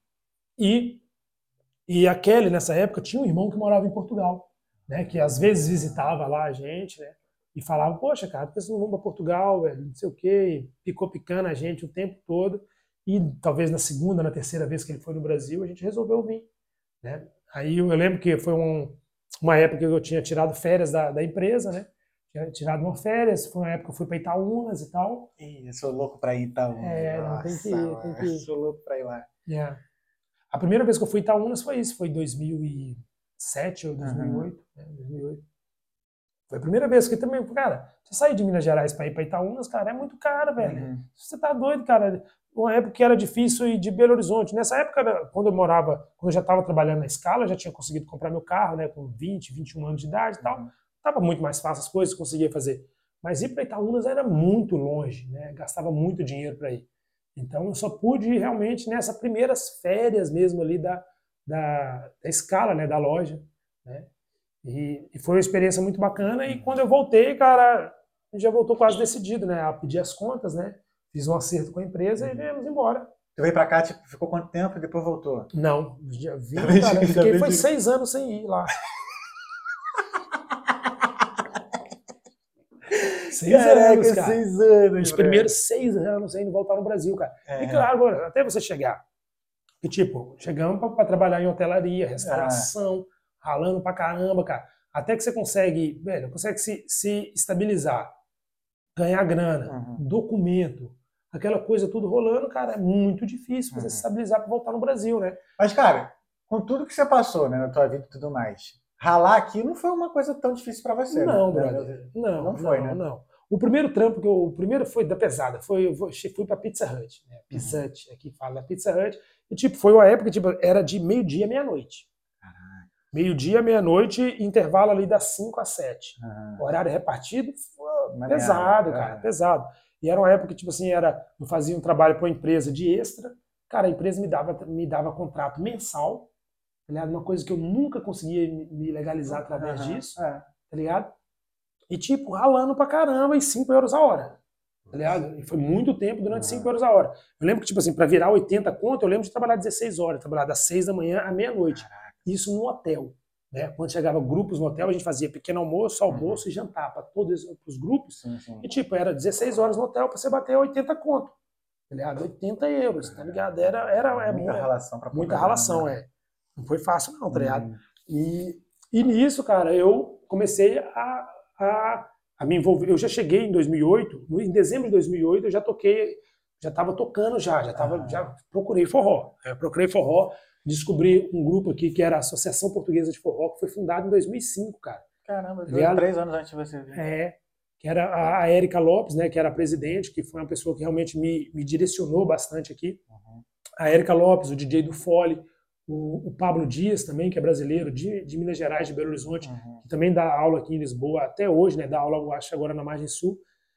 E E a Kelly, nessa época, tinha um irmão que morava em Portugal, né? Que às vezes visitava lá a gente, né? E falava, poxa, cara, por que vocês não vão para Portugal, velho? Não sei o quê. E ficou picando a gente o tempo todo. E talvez na segunda, na terceira vez que ele foi no Brasil, a gente resolveu vir, né? Aí eu lembro que foi um, uma época que eu tinha tirado férias da, da empresa, né? Tinha tirado uma férias, foi uma época que eu fui para Itaúnas e tal. Ih, eu sou louco para ir Itaúnas. É, não, tem que ir, tem que ir. Eu sou louco para ir lá. Yeah. A primeira vez que eu fui em Itaúnas foi isso, foi em dois mil e sete ou dois mil e oito. Uhum. Né, dois mil e oito. Foi a primeira vez que também, cara, você sair de Minas Gerais para ir para Itaúnas, cara, é muito caro, velho. Uhum. Você tá doido, cara. Uma época que era difícil ir de Belo Horizonte. Nessa época, quando eu morava, quando eu já estava trabalhando na escala, já tinha conseguido comprar meu carro, né, com vinte, vinte e um anos de idade e tal. Uhum. Tava muito mais fácil as coisas, conseguia fazer. Mas ir para Itaúnas era muito longe, né? Gastava muito dinheiro para ir. Então eu só pude ir realmente nessas primeiras férias mesmo ali da, da, da escala, né, da loja, né? E, e foi uma experiência muito bacana. E quando eu voltei, cara, a gente já voltou quase decidido, né, a pedir as contas, né? Fiz um acerto com a empresa e viemos embora. Tu veio pra cá, tipo, ficou quanto tempo e depois voltou? Não, já vim, cara, fiquei, foi seis anos sem ir lá. Seis Caraca, anos, cara. seis anos. Os primeiros seis anos ainda voltar no Brasil, cara. É. E claro, até você chegar. E tipo, chegamos pra, pra trabalhar em hotelaria, restauração, é. ralando pra caramba, cara. Até que você consegue, velho, consegue se, se estabilizar, ganhar grana, uhum. documento, aquela coisa tudo rolando, cara, é muito difícil você uhum. se estabilizar pra voltar no Brasil, né? Mas, cara, com tudo que você passou, né, na tua vida e tudo mais, ralar aqui não foi uma coisa tão difícil pra você, não, né? Brother. Não, não foi, não, né? Não. O primeiro trampo que eu, o primeiro foi da pesada, foi eu fui pra Pizza Hut, né? Pizza Hut, uhum. aqui fala Pizza Hut, e tipo, foi uma época, tipo, era de meio-dia, meia-noite. Meio-dia, meia-noite, intervalo ali das cinco às sete. Uhum. Horário repartido, pô, pesado, cara, uhum. pesado. E era uma época que, tipo assim, era, eu fazia um trabalho para uma empresa de extra, cara, a empresa me dava, me dava contrato mensal, tá ligado? Uma coisa que eu nunca conseguia me legalizar através uhum. disso, é. tá ligado? E, tipo, ralando pra caramba e cinco euros a hora, tá ligado? E foi muito tempo durante cinco euros a hora. Eu lembro que, tipo assim, pra virar oitenta conto, eu lembro de trabalhar dezesseis horas, trabalhar das seis da manhã à meia-noite. Isso no hotel, né? Quando chegava grupos no hotel, a gente fazia pequeno almoço, almoço uhum. e jantar para todos os grupos. Sim, sim. E, tipo, era dezesseis horas no hotel para você bater oitenta conto, tá ligado? oitenta euros, tá ligado? Era, era, é, muita relação pra Muita relação, né? é. Não foi fácil não, tá ligado? Uhum. E, e nisso, cara, eu comecei a, a, a me envolver. Eu já cheguei em dois mil e oito, em dezembro de dois mil e oito, eu já toquei, já tava tocando já, já, tava, ah. já procurei forró. Eu procurei forró. Descobri um grupo aqui que era a Associação Portuguesa de Forró, que foi fundado em dois mil e cinco, cara. Caramba, tá três anos antes de você vir. É, que era a, a Érica Lopes, né, que era a presidente, que foi uma pessoa que realmente me, me direcionou bastante aqui. Uhum. A Érica Lopes, o D J do Fole, o, o Pablo Dias também, que é brasileiro, de, de Minas Gerais, de Belo Horizonte, uhum. que também dá aula aqui em Lisboa, até hoje, né, dá aula, eu acho, agora na Margem Sul,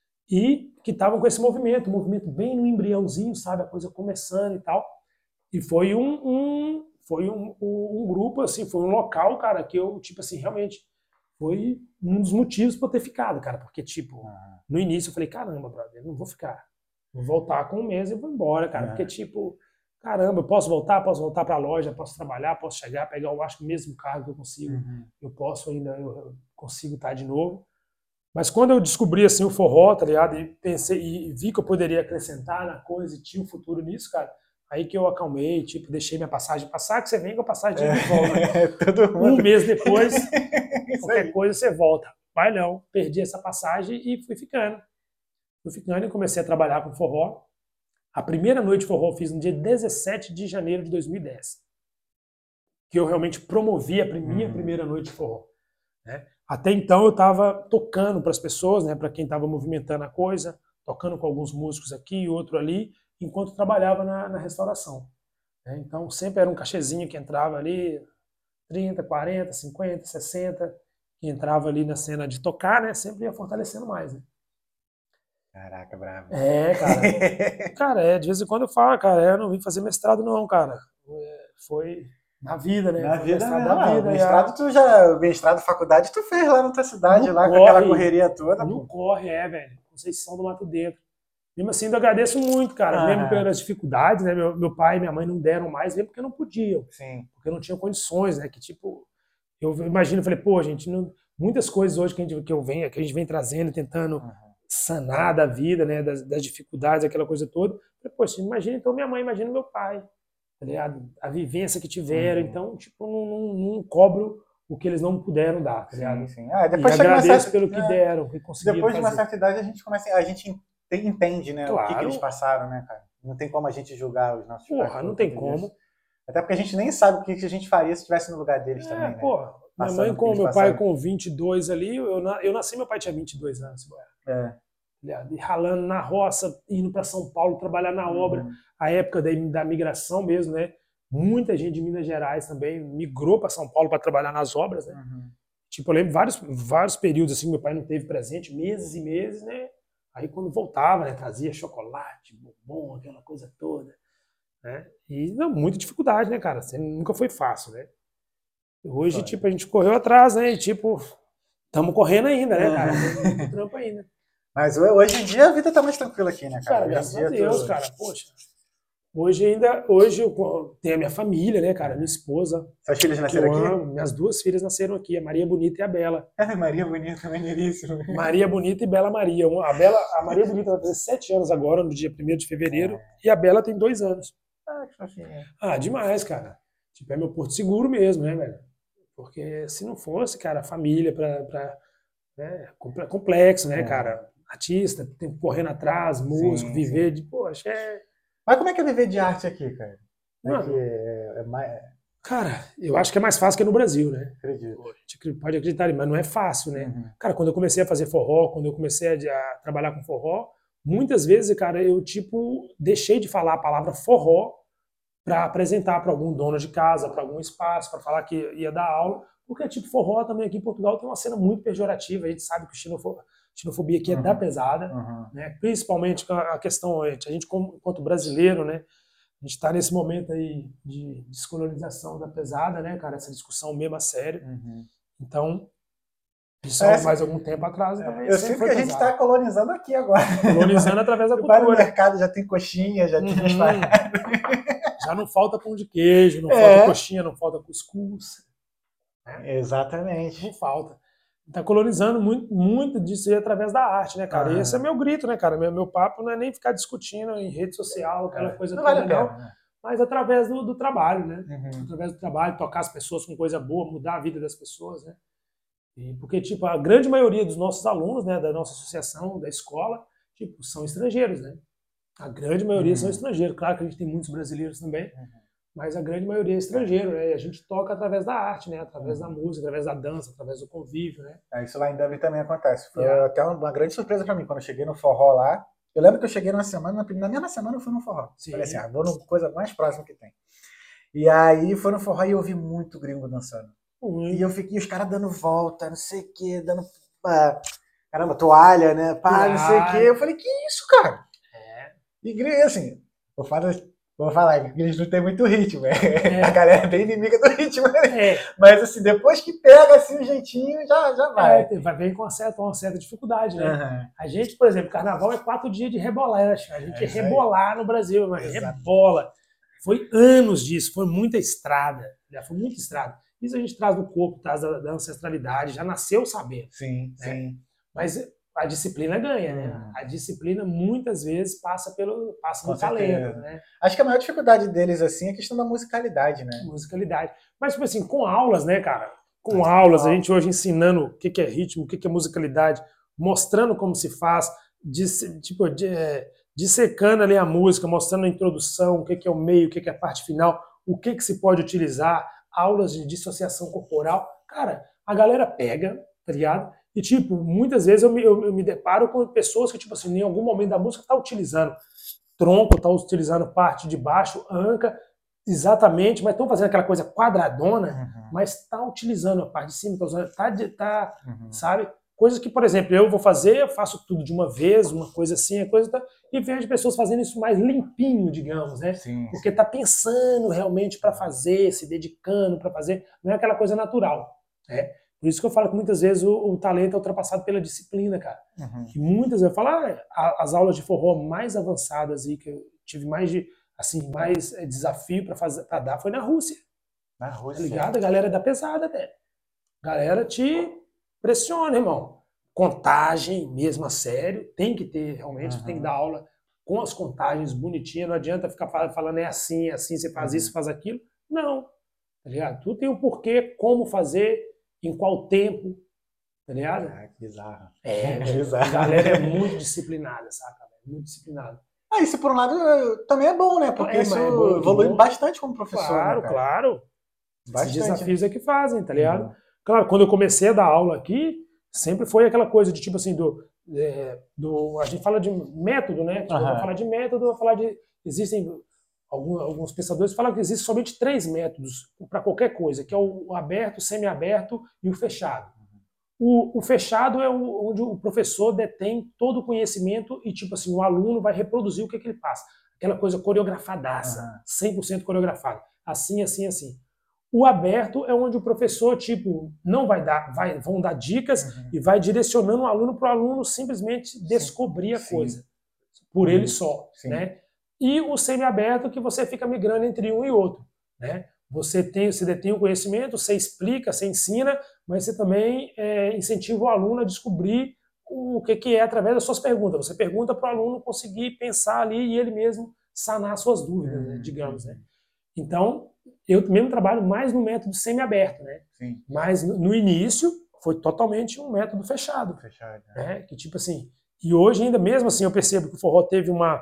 e que estavam com esse movimento, um movimento bem no embriãozinho, sabe, a coisa começando e tal. E foi um, um, foi um, um, um grupo, assim, foi um local, cara, que eu, tipo assim, realmente, foi um dos motivos pra eu ter ficado, cara, porque, tipo, uhum. no início eu falei, caramba, brother, eu não vou ficar, vou voltar com um mês e vou embora, cara, uhum. porque, tipo, caramba, eu posso voltar, posso voltar pra loja, posso trabalhar, posso chegar, pegar, eu acho que o mesmo carro que eu consigo, uhum. eu posso ainda, eu, eu consigo estar de novo. Mas quando eu descobri, assim, o forró, tá ligado, e pensei, e vi que eu poderia acrescentar na coisa e tinha um futuro nisso, cara, aí que eu acalmei, tipo, deixei minha passagem passar, que você vem com a passagem de volta. É, todo mundo. Um mês depois, qualquer coisa você volta. Vai não, perdi essa passagem e fui ficando. Fui ficando e comecei a trabalhar com forró. A primeira noite de forró eu fiz no dia dezessete de janeiro de dois mil e dez. Que eu realmente promovi a minha uhum. primeira noite de forró. Né? Até então eu estava tocando para as pessoas, né, para quem estava movimentando a coisa, tocando com alguns músicos aqui e outro ali, enquanto trabalhava na, na restauração. Né? Então sempre era um cachezinho que entrava ali, trinta, quarenta, cinquenta, sessenta, que entrava ali na cena de tocar, né? Sempre ia fortalecendo mais. Né? Caraca, bravo. É, cara. Cara, é, de vez em quando eu falo, cara, eu não vim fazer mestrado não, cara. Foi na vida, né? Na Foi vida, mestrado não, da vida. Mestrado já... tu já, mestrado faculdade tu fez lá na tua cidade, no lá corre, com aquela correria toda. No pô. corre, é, velho. Conceição do Mato Dentro. Mesmo assim, eu agradeço muito, cara. Ah, mesmo pelas dificuldades, né? Meu, meu pai e minha mãe não deram mais, mesmo porque não podiam. Sim. Porque não tinham condições, né? Que tipo, eu imagino, eu falei, pô, gente, não, muitas coisas hoje que a gente, que eu venho, que a gente vem trazendo, tentando uhum. sanar da vida, né? Das, das dificuldades, aquela coisa toda. Eu falei, poxa, imagina então minha mãe, imagina meu pai, tá ligado? A vivência que tiveram. Uhum. Então, tipo, não, não, não cobro o que eles não puderam dar, tá ligado? Sim, sim. Ah, depois e agradeço certa, pelo que é, deram, que conseguiram depois de uma fazer. certa idade a gente começa, a gente entende, né, claro. o que, que eles passaram, né, cara? Não tem como a gente julgar os nossos porra, pais. Não tem como. Disso. Até porque a gente nem sabe o que a gente faria se estivesse no lugar deles é, também, né? Porra, minha mãe com meu pai com vinte e dois ali, eu, eu nasci, meu pai tinha vinte e dois anos. É. E ralando na roça, indo para São Paulo, trabalhar na uhum. obra, a época da, da migração mesmo, né? Muita gente de Minas Gerais também migrou para São Paulo para trabalhar nas obras, né? Uhum. Tipo, eu lembro vários, vários períodos assim, meu pai não teve presente, meses e meses, né? Aí quando voltava, né, trazia chocolate, bombom, aquela coisa toda, né? E não, muita dificuldade, né, cara? Assim, nunca foi fácil, né? Hoje, foi. tipo, a gente correu atrás, né? E, tipo, estamos correndo ainda, né, cara? Tem muito trampo ainda. Mas hoje em dia a vida tá mais tranquila aqui, né, cara? Cara, graças a Deus, tu... cara, poxa. Hoje ainda, hoje eu tenho a minha família, né, cara, minha esposa. Suas filhas nasceram aqui? Amo. Minhas duas filhas nasceram aqui, a Maria Bonita e a Bela. Ah, Maria Bonita, maneiríssimo. Maria Bonita e Bela Maria. A, Bela, a Maria Bonita vai fazer sete anos agora, no dia primeiro de fevereiro, é. E a Bela tem dois anos. Ah, que fofinha. Ah, demais, cara. Tipo, é meu porto seguro mesmo, né, velho? Porque se não fosse, cara, a família pra... pra né, complexo, né, é. cara? Artista, tem que correndo atrás, músico, sim, viver sim. de... Poxa, é... Mas como é que é viver de arte aqui, cara? Mano, é que é, é mais... Cara, eu acho que é mais fácil que no Brasil, né? Acredito. A gente pode acreditar, mas não é fácil, né? Uhum. Cara, quando eu comecei a fazer forró, quando eu comecei a, a trabalhar com forró, muitas vezes, cara, eu, tipo, deixei de falar a palavra forró para apresentar para algum dono de casa, para algum espaço, para falar que ia dar aula, porque, tipo, forró também aqui em Portugal tem uma cena muito pejorativa, a gente sabe que a xenofobia aqui é uhum. da pesada, uhum. né? Principalmente a questão, a gente, enquanto brasileiro, né? A gente está nesse momento aí de descolonização da pesada, né, cara? Essa discussão mesmo a sério. Uhum. Então, isso há mais algum tempo atrás é, também. Eu sinto que a gente está colonizando aqui agora. Colonizando através da cultura. Vai no mercado, já tem coxinha, já tem uhum. Já não falta pão de queijo, não é. falta coxinha, não falta cuscuz. Né? Exatamente. Não falta. Está colonizando muito, muito disso aí através da arte, né, cara? Ah. E esse é meu grito, né, cara? Meu, meu papo não é nem ficar discutindo em rede social, aquela é. coisa toda, não. Né? Mas através do, do trabalho, né? Uhum. Através do trabalho, tocar as pessoas com coisa boa, mudar a vida das pessoas, né? E porque, tipo, a grande maioria dos nossos alunos, né, da nossa associação, da escola, tipo, são estrangeiros, né? A grande maioria uhum. são estrangeiros. Claro que a gente tem muitos brasileiros também, uhum. mas a grande maioria é estrangeiro, né? E a gente toca através da arte, né? Através uhum. da música, através da dança, através do convívio, né? É, isso lá em Dublin também acontece. Foi yeah. até uma grande surpresa para mim quando eu cheguei no forró lá. Eu lembro que eu cheguei numa semana, na mesma semana eu fui no forró. Sim. Falei assim, ah, vou numa coisa mais próxima que tem. E aí foi no forró e eu vi muito gringo dançando. Uhum. E eu fiquei, os caras dando volta, não sei o quê, dando, ah, caramba, toalha, né? Pá, não sei o quê. Eu falei, que isso, cara? É. E gringo, assim, eu falo, vou falar que eles não tem muito ritmo, é. A galera é bem inimiga do ritmo, né? É. Mas assim, depois que pega assim o jeitinho, já, já vai. É, vai vir com uma certa, uma certa dificuldade, né? Uhum. A gente, por exemplo, carnaval é quatro dias de rebolar, a gente é rebolar no Brasil, mas rebola. Foi anos disso, foi muita estrada, já foi muita estrada. Isso a gente traz do corpo, traz da, da ancestralidade, já nasceu sabendo. Sim, né? sim. Mas a disciplina ganha, né? Hum. A disciplina muitas vezes passa pelo passa do talento, né? Acho que a maior dificuldade deles assim é a questão da musicalidade, né? Musicalidade. Mas tipo assim, com aulas, né, cara? Com ah, aulas, a gente hoje ensinando o que é ritmo, o que é musicalidade, mostrando como se faz, de, tipo, de, dissecando ali a música, mostrando a introdução, o que é o meio, o que é a parte final, o que, que se pode utilizar, aulas de dissociação corporal. Cara, a galera pega, tá ligado? E, tipo, muitas vezes eu me, eu, eu me deparo com pessoas que, tipo assim, em algum momento da música tá utilizando tronco, tá utilizando parte de baixo, anca, exatamente, mas estão fazendo aquela coisa quadradona, uhum. mas tá utilizando a parte de cima, tá usando, tá, tá uhum. sabe? Coisas que, por exemplo, eu vou fazer, eu faço tudo de uma vez, uma coisa assim, a coisa tá... E vejo pessoas fazendo isso mais limpinho, digamos, né? Sim, porque sim. tá pensando realmente para fazer, se dedicando para fazer, não é aquela coisa natural, né? Por isso que eu falo que muitas vezes o, o talento é ultrapassado pela disciplina, cara. Uhum. E muitas vezes eu falo, ah, as aulas de forró mais avançadas aí, que eu tive mais de, assim, mais é, desafio para fazer, para dar, foi na Rússia. Na Rússia. Tá ligado? A galera da pesada, velho. Galera te pressiona, irmão. Contagem, mesmo a sério, tem que ter, realmente, uhum. tem que dar aula com as contagens bonitinhas, não adianta ficar falando é assim, é assim, você faz uhum. isso, faz aquilo. Não, tá ligado? Tu tem o um porquê, como fazer, em qual tempo, tá ligado? Ah, que bizarro. É, é bizarro. A galera é muito disciplinada, saca? Muito disciplinada. Ah, isso por um lado também é bom, né? Porque é, isso é bom, evolui bom. bastante como professor, claro, né, cara? Claro, claro. Esses desafios é que fazem, tá ligado? Uhum. Claro, quando eu comecei a dar aula aqui, sempre foi aquela coisa de tipo assim, do, é, do a gente fala de método, né? Tipo, uhum. Vai falar de método, vai falar de... Existem... Alguns, alguns pensadores falam que existem somente três métodos para qualquer coisa, que é o aberto, o semi-aberto e o fechado. O, o fechado é o, onde o professor detém todo o conhecimento e, tipo assim, o aluno vai reproduzir o que, que ele passa. Aquela coisa coreografadaça, uhum. cem por cento coreografada. Assim, assim, assim. O aberto é onde o professor, tipo, não vai dar, vai, vão dar dicas uhum. e vai direcionando o aluno para o aluno simplesmente descobrir Sim. a coisa. Sim. Por uhum. ele só, Sim. né? e o semi-aberto, que você fica migrando entre um e outro, né? Você, tem, você detém o conhecimento, você explica, você ensina, mas você também é, incentiva o aluno a descobrir o que, que é através das suas perguntas. Você pergunta para o aluno conseguir pensar ali e ele mesmo sanar suas dúvidas, né, digamos, né? Então, eu mesmo trabalho mais no método semi-aberto, né? Sim. Mas no, no início foi totalmente um método fechado. Fechado, né? Que tipo assim, e hoje ainda mesmo assim eu percebo que o forró teve uma,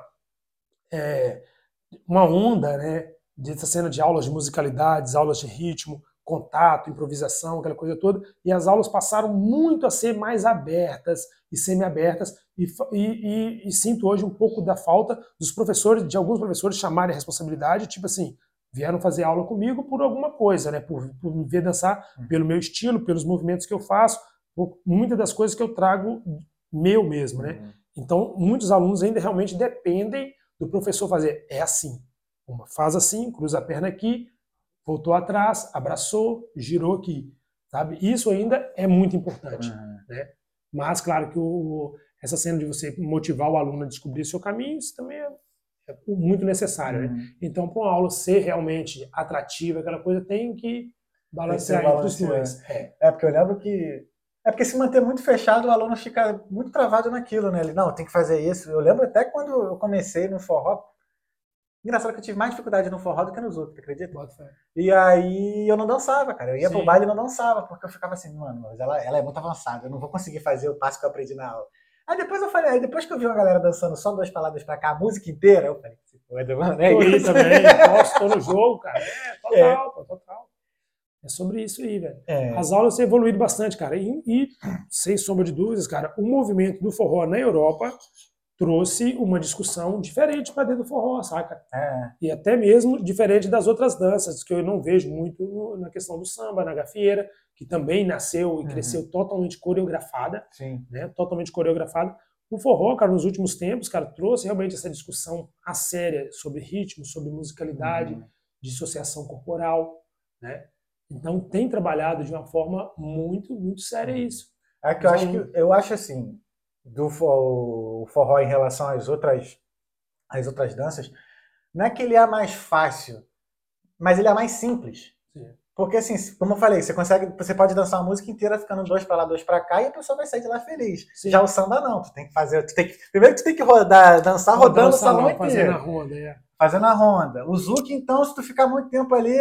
é, uma onda, né? Dessa cena de aulas de musicalidades, aulas de ritmo, contato, improvisação, aquela coisa toda, e as aulas passaram muito a ser mais abertas e semi-abertas, e, e, e, e sinto hoje um pouco da falta dos professores, de alguns professores chamarem a responsabilidade, tipo assim, vieram fazer aula comigo por alguma coisa, né? Por, por me ver dançar, uhum. pelo meu estilo, pelos movimentos que eu faço, por muitas das coisas que eu trago meu mesmo, né? Uhum. Então, muitos alunos ainda realmente dependem do professor fazer, é assim, uma faz assim, cruza a perna aqui, voltou atrás, abraçou, girou aqui, sabe? Isso ainda é muito importante, uhum. né? Mas, claro que o, essa cena de você motivar o aluno a descobrir o seu caminho, isso também é, é muito necessário, uhum. né? Então, para uma aula ser realmente atrativa, aquela coisa, tem que balancear entre os dois. É. é, porque eu lembro que... É porque se manter muito fechado, o aluno fica muito travado naquilo, né? Ele, não, tem que fazer isso. Eu lembro até quando eu comecei no forró, engraçado que eu tive mais dificuldade no forró do que nos outros, acredita? E aí eu não dançava, cara. Eu ia Sim. pro baile e não dançava, porque eu ficava assim, mano, mas ela, ela é muito avançada, eu não vou conseguir fazer o passo que eu aprendi na aula. Aí depois eu falei, aí depois que eu vi uma galera dançando só duas palavras pra cá, a música inteira, eu falei, se foda, mano, é tô isso. Aí também, posso, tô no jogo, cara. É, total, é. Pô, total. É sobre isso aí, velho. É. As aulas têm evoluído bastante, cara. E, e, sem sombra de dúvidas, cara, o movimento do forró na Europa trouxe uma discussão diferente para dentro do forró, saca? É. E até mesmo diferente das outras danças, que eu não vejo muito na questão do samba, na gafieira, que também nasceu e uhum. cresceu totalmente coreografada, Sim. né? Totalmente coreografada. O forró, cara, nos últimos tempos, cara, trouxe realmente essa discussão a séria sobre ritmo, sobre musicalidade, uhum. dissociação corporal, né? Então tem trabalhado de uma forma muito, muito séria isso. É que eu acho que eu acho assim, do forró, o forró em relação às outras, às outras danças, não é que ele é mais fácil, mas ele é mais simples. Sim. Porque assim, como eu falei, você consegue, você pode dançar a música inteira ficando dois para lá, dois para cá, e a pessoa vai sair de lá feliz. Sim. Já o samba não, tu tem que fazer, tu tem que, primeiro tu tem que rodar, dançar Rodar rodando o salão, salão inteiro. Fazendo a ronda, é. Fazendo a ronda. O zouk, então, se tu ficar muito tempo ali,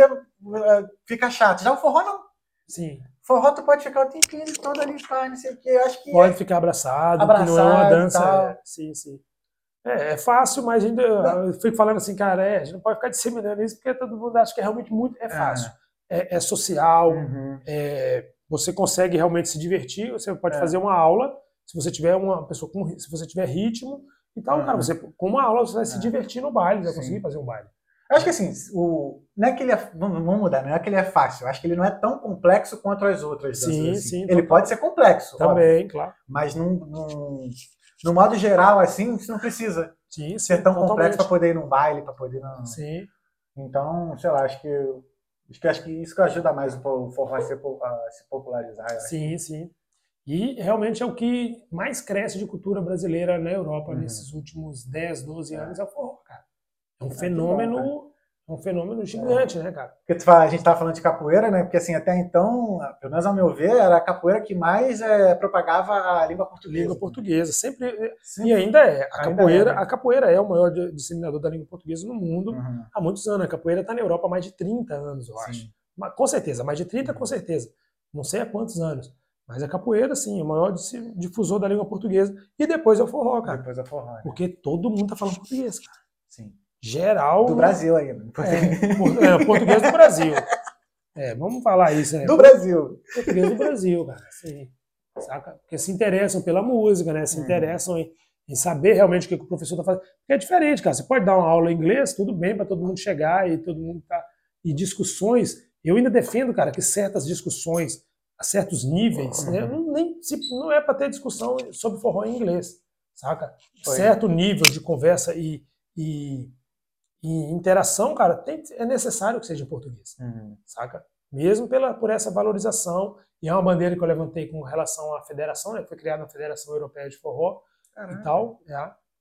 fica chato. Já o forró não. Sim. Forró tu pode ficar o tempinho todo ali, pá, não sei o quê. Eu acho que pode é... ficar abraçado, abraçado, que não é uma dança. É... Sim, sim. É, é fácil, mas ainda não. eu fico falando assim, cara, é, a gente não pode ficar disseminando isso, porque todo mundo acha que é realmente muito é fácil. É, é social, uhum. é, você consegue realmente se divertir, você pode é. fazer uma aula, se você tiver uma pessoa com, se você tiver ritmo e tal, uhum. cara, você, com uma aula você vai é. se divertir no baile, vai conseguir fazer um baile. Eu acho que assim, o, não é que ele é, vamos mudar, não é que ele é fácil, eu acho que ele não é tão complexo quanto as outras danças. Sim, assim. sim. Ele pode ser complexo, também, óbvio, claro. Mas num, num, no modo geral, assim, você não precisa sim, sim, ser tão totalmente. complexo para poder ir num baile, para poder ir num... Sim. Então, sei lá, acho que, acho que, acho que isso que ajuda mais o forró a se, a se popularizar. Sim, sim. E realmente é o que mais cresce de cultura brasileira na Europa uhum. nesses últimos dez, doze anos, é o forró, cara. É um ah, fenômeno, bom, é um fenômeno gigante, é. né, cara? Porque tu fala, a gente estava falando de capoeira, né? Porque assim, até então, pelo menos ao meu ver, era a capoeira que mais é, propagava a língua portuguesa. Língua portuguesa, sempre, sempre. E ainda é. A ainda capoeira, é, né? a capoeira é o maior disseminador da língua portuguesa no mundo uhum. há muitos anos. A capoeira está na Europa há mais de trinta anos, eu Sim. acho. Mas, com certeza, mais de trinta, uhum. com certeza. Não sei há quantos anos. Mas a capoeira, sim, é o maior difusor da língua portuguesa. E depois é o forró, cara. Depois é o forró. Né? Porque todo mundo tá falando português, cara. Sim. Geral. Do Brasil ainda. É, é, português do Brasil. É, vamos falar isso, né? Do Brasil. Português do Brasil, cara. Assim, saca? Porque se interessam pela música, né? Se uhum. interessam em, em saber realmente o que o professor tá fazendo. Porque é diferente, cara. Você pode dar uma aula em inglês, tudo bem, para todo mundo chegar e todo mundo tá. E discussões. Eu ainda defendo, cara, que certas discussões a certos níveis, uhum. né? Não, nem, não é para ter discussão sobre forró em inglês, saca? Foi. Certo nível de conversa e, e, e interação, cara, tem, é necessário que seja em português, uhum. saca? Mesmo pela, por essa valorização, e é uma bandeira que eu levantei com relação à federação, né? Foi criada a Federação Europeia de Forró Caraca. e tal, é.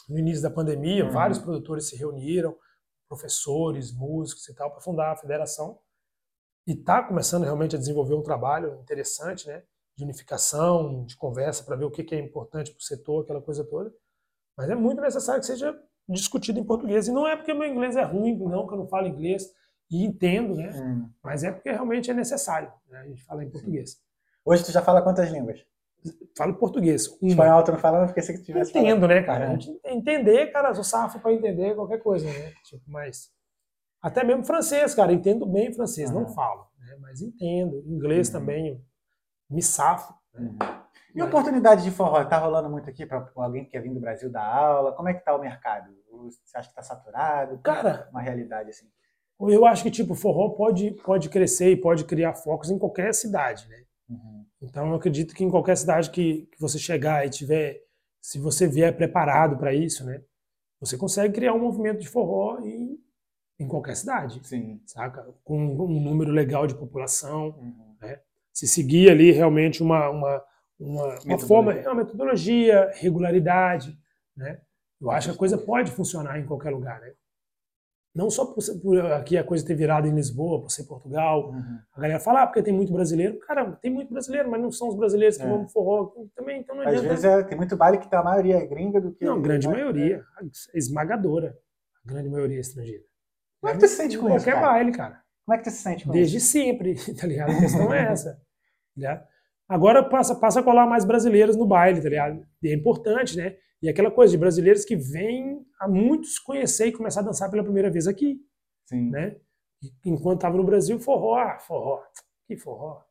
no início da pandemia, Uhum. vários produtores se reuniram, professores, músicos e tal, para fundar a federação. E está começando realmente a desenvolver um trabalho interessante, né, de unificação, de conversa, para ver o que, que é importante para o setor, aquela coisa toda. Mas é muito necessário que seja discutido em português. E não é porque meu inglês é ruim, não, que eu não falo inglês e entendo, né? Hum. Mas é porque realmente é necessário, né, a gente falar em português. Hoje tu já fala quantas línguas? Falo português. Uma. Espanhol tu não fala, mas pensei que tu tivesse Entendo, falado. né, cara? Uhum. A gente entender, cara, eu safo para entender qualquer coisa, né? Tipo, mas até mesmo francês, cara, entendo bem francês, Uhum. não falo, né? Mas entendo. Inglês Uhum. também, me safo. Né? Uhum. E oportunidade de forró, tá rolando muito aqui para alguém que quer vir do Brasil dar aula? Como é que tá o mercado? Você acha que tá saturado? Cara, uma realidade assim. Eu acho que tipo forró pode pode crescer e pode criar focos em qualquer cidade, né? Uhum. Então eu acredito que em qualquer cidade que, que você chegar e tiver, se você vier preparado para isso, né? Você consegue criar um movimento de forró em, em qualquer cidade, Sim. saca? Com um número legal de população, Uhum. né? Se seguir ali realmente uma, uma, uma, uma forma, uma metodologia, regularidade, né? Eu acho que a coisa pode funcionar em qualquer lugar, né? Não só por, por aqui a coisa ter virado em Lisboa, por ser Portugal. Uhum. A galera fala, ah, porque tem muito brasileiro. Cara, tem muito brasileiro, mas não são os brasileiros que É. vão pro forró. Também, então não Às adianta. vezes é, tem muito baile que a maioria é gringa do que... Não, grande mais, maioria. né? Esmagadora. A grande maioria é estrangeira. Como é que tu se sente com isso, qualquer cara? baile, cara. Como é que tu se sente com Desde isso? sempre, tá ligado? A questão é essa. Tá ligado? Agora passa, passa a colar mais brasileiros no baile, tá ligado? E é importante, né? E aquela coisa de brasileiros que vêm a muitos conhecer e começar a dançar pela primeira vez aqui. Sim. Né? Enquanto estava no Brasil, forró, ah, forró, que forró.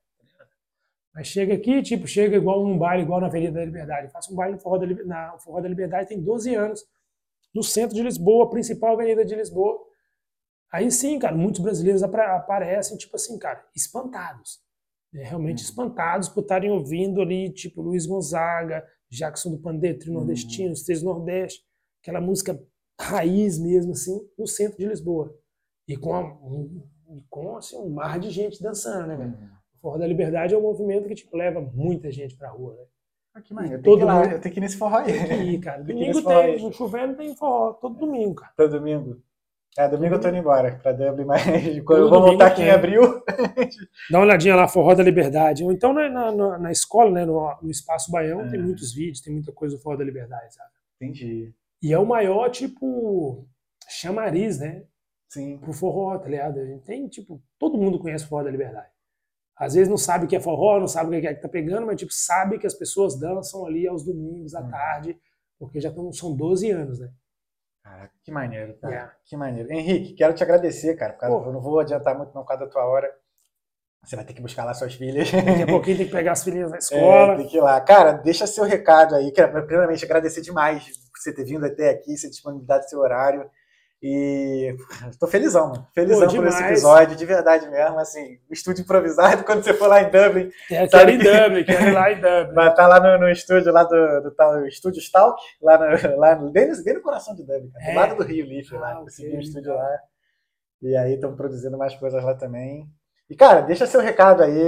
Mas chega aqui, tipo, chega igual num baile, igual na Avenida da Liberdade. Faço um baile no Forró da, na Forró da Liberdade, tem doze anos, no centro de Lisboa, principal avenida de Lisboa. Aí sim, cara, muitos brasileiros aparecem, tipo assim, cara, espantados. Né? Realmente uhum. espantados por estarem ouvindo ali, tipo, Luiz Gonzaga, Jackson do Pandeiro, Trio Nordestino, os Três Nordeste, aquela música raiz mesmo, assim, no centro de Lisboa. E com, a, um, com assim, um mar de gente dançando, né, velho? Uhum. O Forró da Liberdade é um movimento que tipo, leva muita gente pra rua, né? Ah, que maneiro. Eu tenho que ir lá, mundo... eu tenho que ir nesse forró aí. Tem que ir, cara. Tem Domingo tem, no chovendo tem forró, todo é. domingo, cara. Todo domingo? É, domingo todo eu tô indo embora pra Dublin, mas quando todo eu vou voltar aqui em abril... Dá uma olhadinha lá, Forró da Liberdade. Ou então na, na, na escola, né, no, no Espaço Baião, é. tem muitos vídeos, tem muita coisa do Forró da Liberdade, sabe? Entendi. E é o maior, tipo, chamariz, né? Sim. Pro forró, tá ligado? A gente tem, tipo, todo mundo conhece o Forró da Liberdade. Às vezes não sabe o que é forró, não sabe o que é que tá pegando, mas, tipo, sabe que as pessoas dançam ali aos domingos, à hum. tarde, porque já tão, são doze anos, né? Caraca, que maneiro, cara. Yeah. Que maneiro. Henrique, quero te agradecer, cara, por causa, eu não vou adiantar muito não por causa da tua hora. Você vai ter que buscar lá suas filhas. Daqui a pouquinho tem que pegar as filhinhas na escola. É, tem que ir lá. Cara, deixa seu recado aí. Quero, primeiramente, agradecer demais por você ter vindo até aqui, você disponibilidade do seu horário. E tô felizão, mano. Felizão Pô, por esse episódio, de verdade mesmo. Assim, o estúdio improvisado, quando você for lá em Dublin. É, quero em Dublin, quero ir lá em Dublin. Vai estar lá no, no estúdio, lá do, do, do Estúdio Stalk, lá, no, lá no, bem, no, bem no coração de Dublin, cara, do é. lado do Rio Leaf, ah, lá. Okay, consegui um estúdio lá. E aí estão produzindo mais coisas lá também. E, cara, deixa seu recado aí.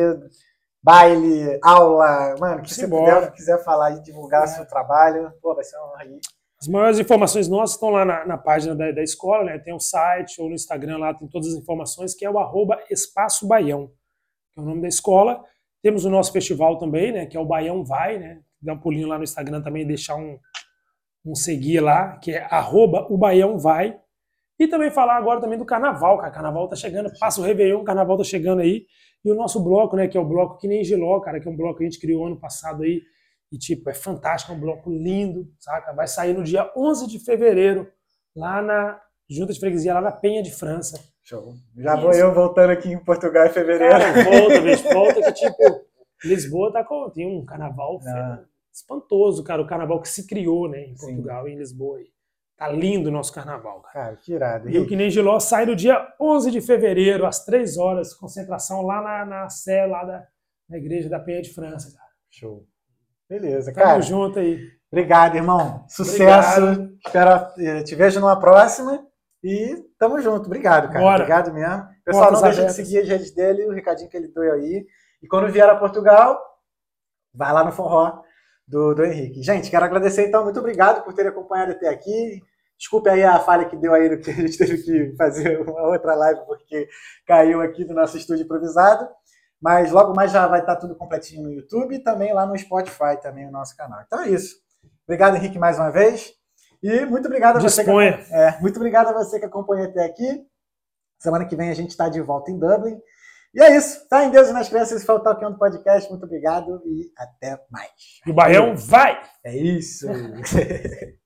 Baile, aula, mano, que você puder, quiser falar e divulgar é. o seu trabalho, pô, vai ser uma honra aí. As maiores informações nossas estão lá na, na página da, da escola, né? Tem o site ou no Instagram lá, tem todas as informações, que é o arroba Espaço Baião, que é o nome da escola. Temos o nosso festival também, né? Que é o Baião Vai, né? Dá um pulinho lá no Instagram também e deixar um, um seguir lá, que é arroba o Baião Vai. E também falar agora também do Carnaval, cara. Carnaval tá chegando, passa o Réveillon, o Carnaval tá chegando aí. E o nosso bloco, né? Que é o bloco Que Nem Giló, cara, que é um bloco que a gente criou ano passado aí. E, tipo, é fantástico, é um bloco lindo, saca? Vai sair no dia onze de fevereiro, lá na Junta de Freguesia, lá na Penha de França. Show. Já Isso. vou eu voltando aqui em Portugal em fevereiro. Cara, volta, bicho, volta que, tipo, Lisboa tá com... Tem um carnaval ah. espantoso, cara, o carnaval que se criou, né, em Portugal e em Lisboa. Tá lindo o nosso carnaval, cara. Cara, que irado. E o Que Nem Giló sai no dia onze de fevereiro, às três horas, concentração lá na, na Sé, lá da, na igreja da Penha de França, cara. Show. Beleza, Tamo cara. Tamo junto aí. Obrigado, irmão. Sucesso. Obrigado. Espero te vejo numa próxima. E tamo junto. Obrigado, cara. Bora. Obrigado mesmo. Pessoal, Portas não deixa abertas. de seguir as redes dele, o recadinho que ele deu aí. E quando vier a Portugal, vai lá no forró do, do Henrique. Gente, quero agradecer então, muito obrigado por terem acompanhado até aqui. Desculpe aí a falha que deu aí, no que a gente teve que fazer uma outra live, porque caiu aqui do nosso estúdio improvisado. Mas logo mais já vai estar tudo completinho no YouTube e também lá no Spotify, também o nosso canal. Então é isso. Obrigado, Henrique, mais uma vez. E muito obrigado a você. Disponha. Que, é, muito obrigado a você que acompanhou até aqui. Semana que vem a gente está de volta em Dublin. E é isso. Tá em Deus e nas crianças. Esse foi o Talkando Podcast. Muito obrigado e até mais. E o Baião vai! É isso.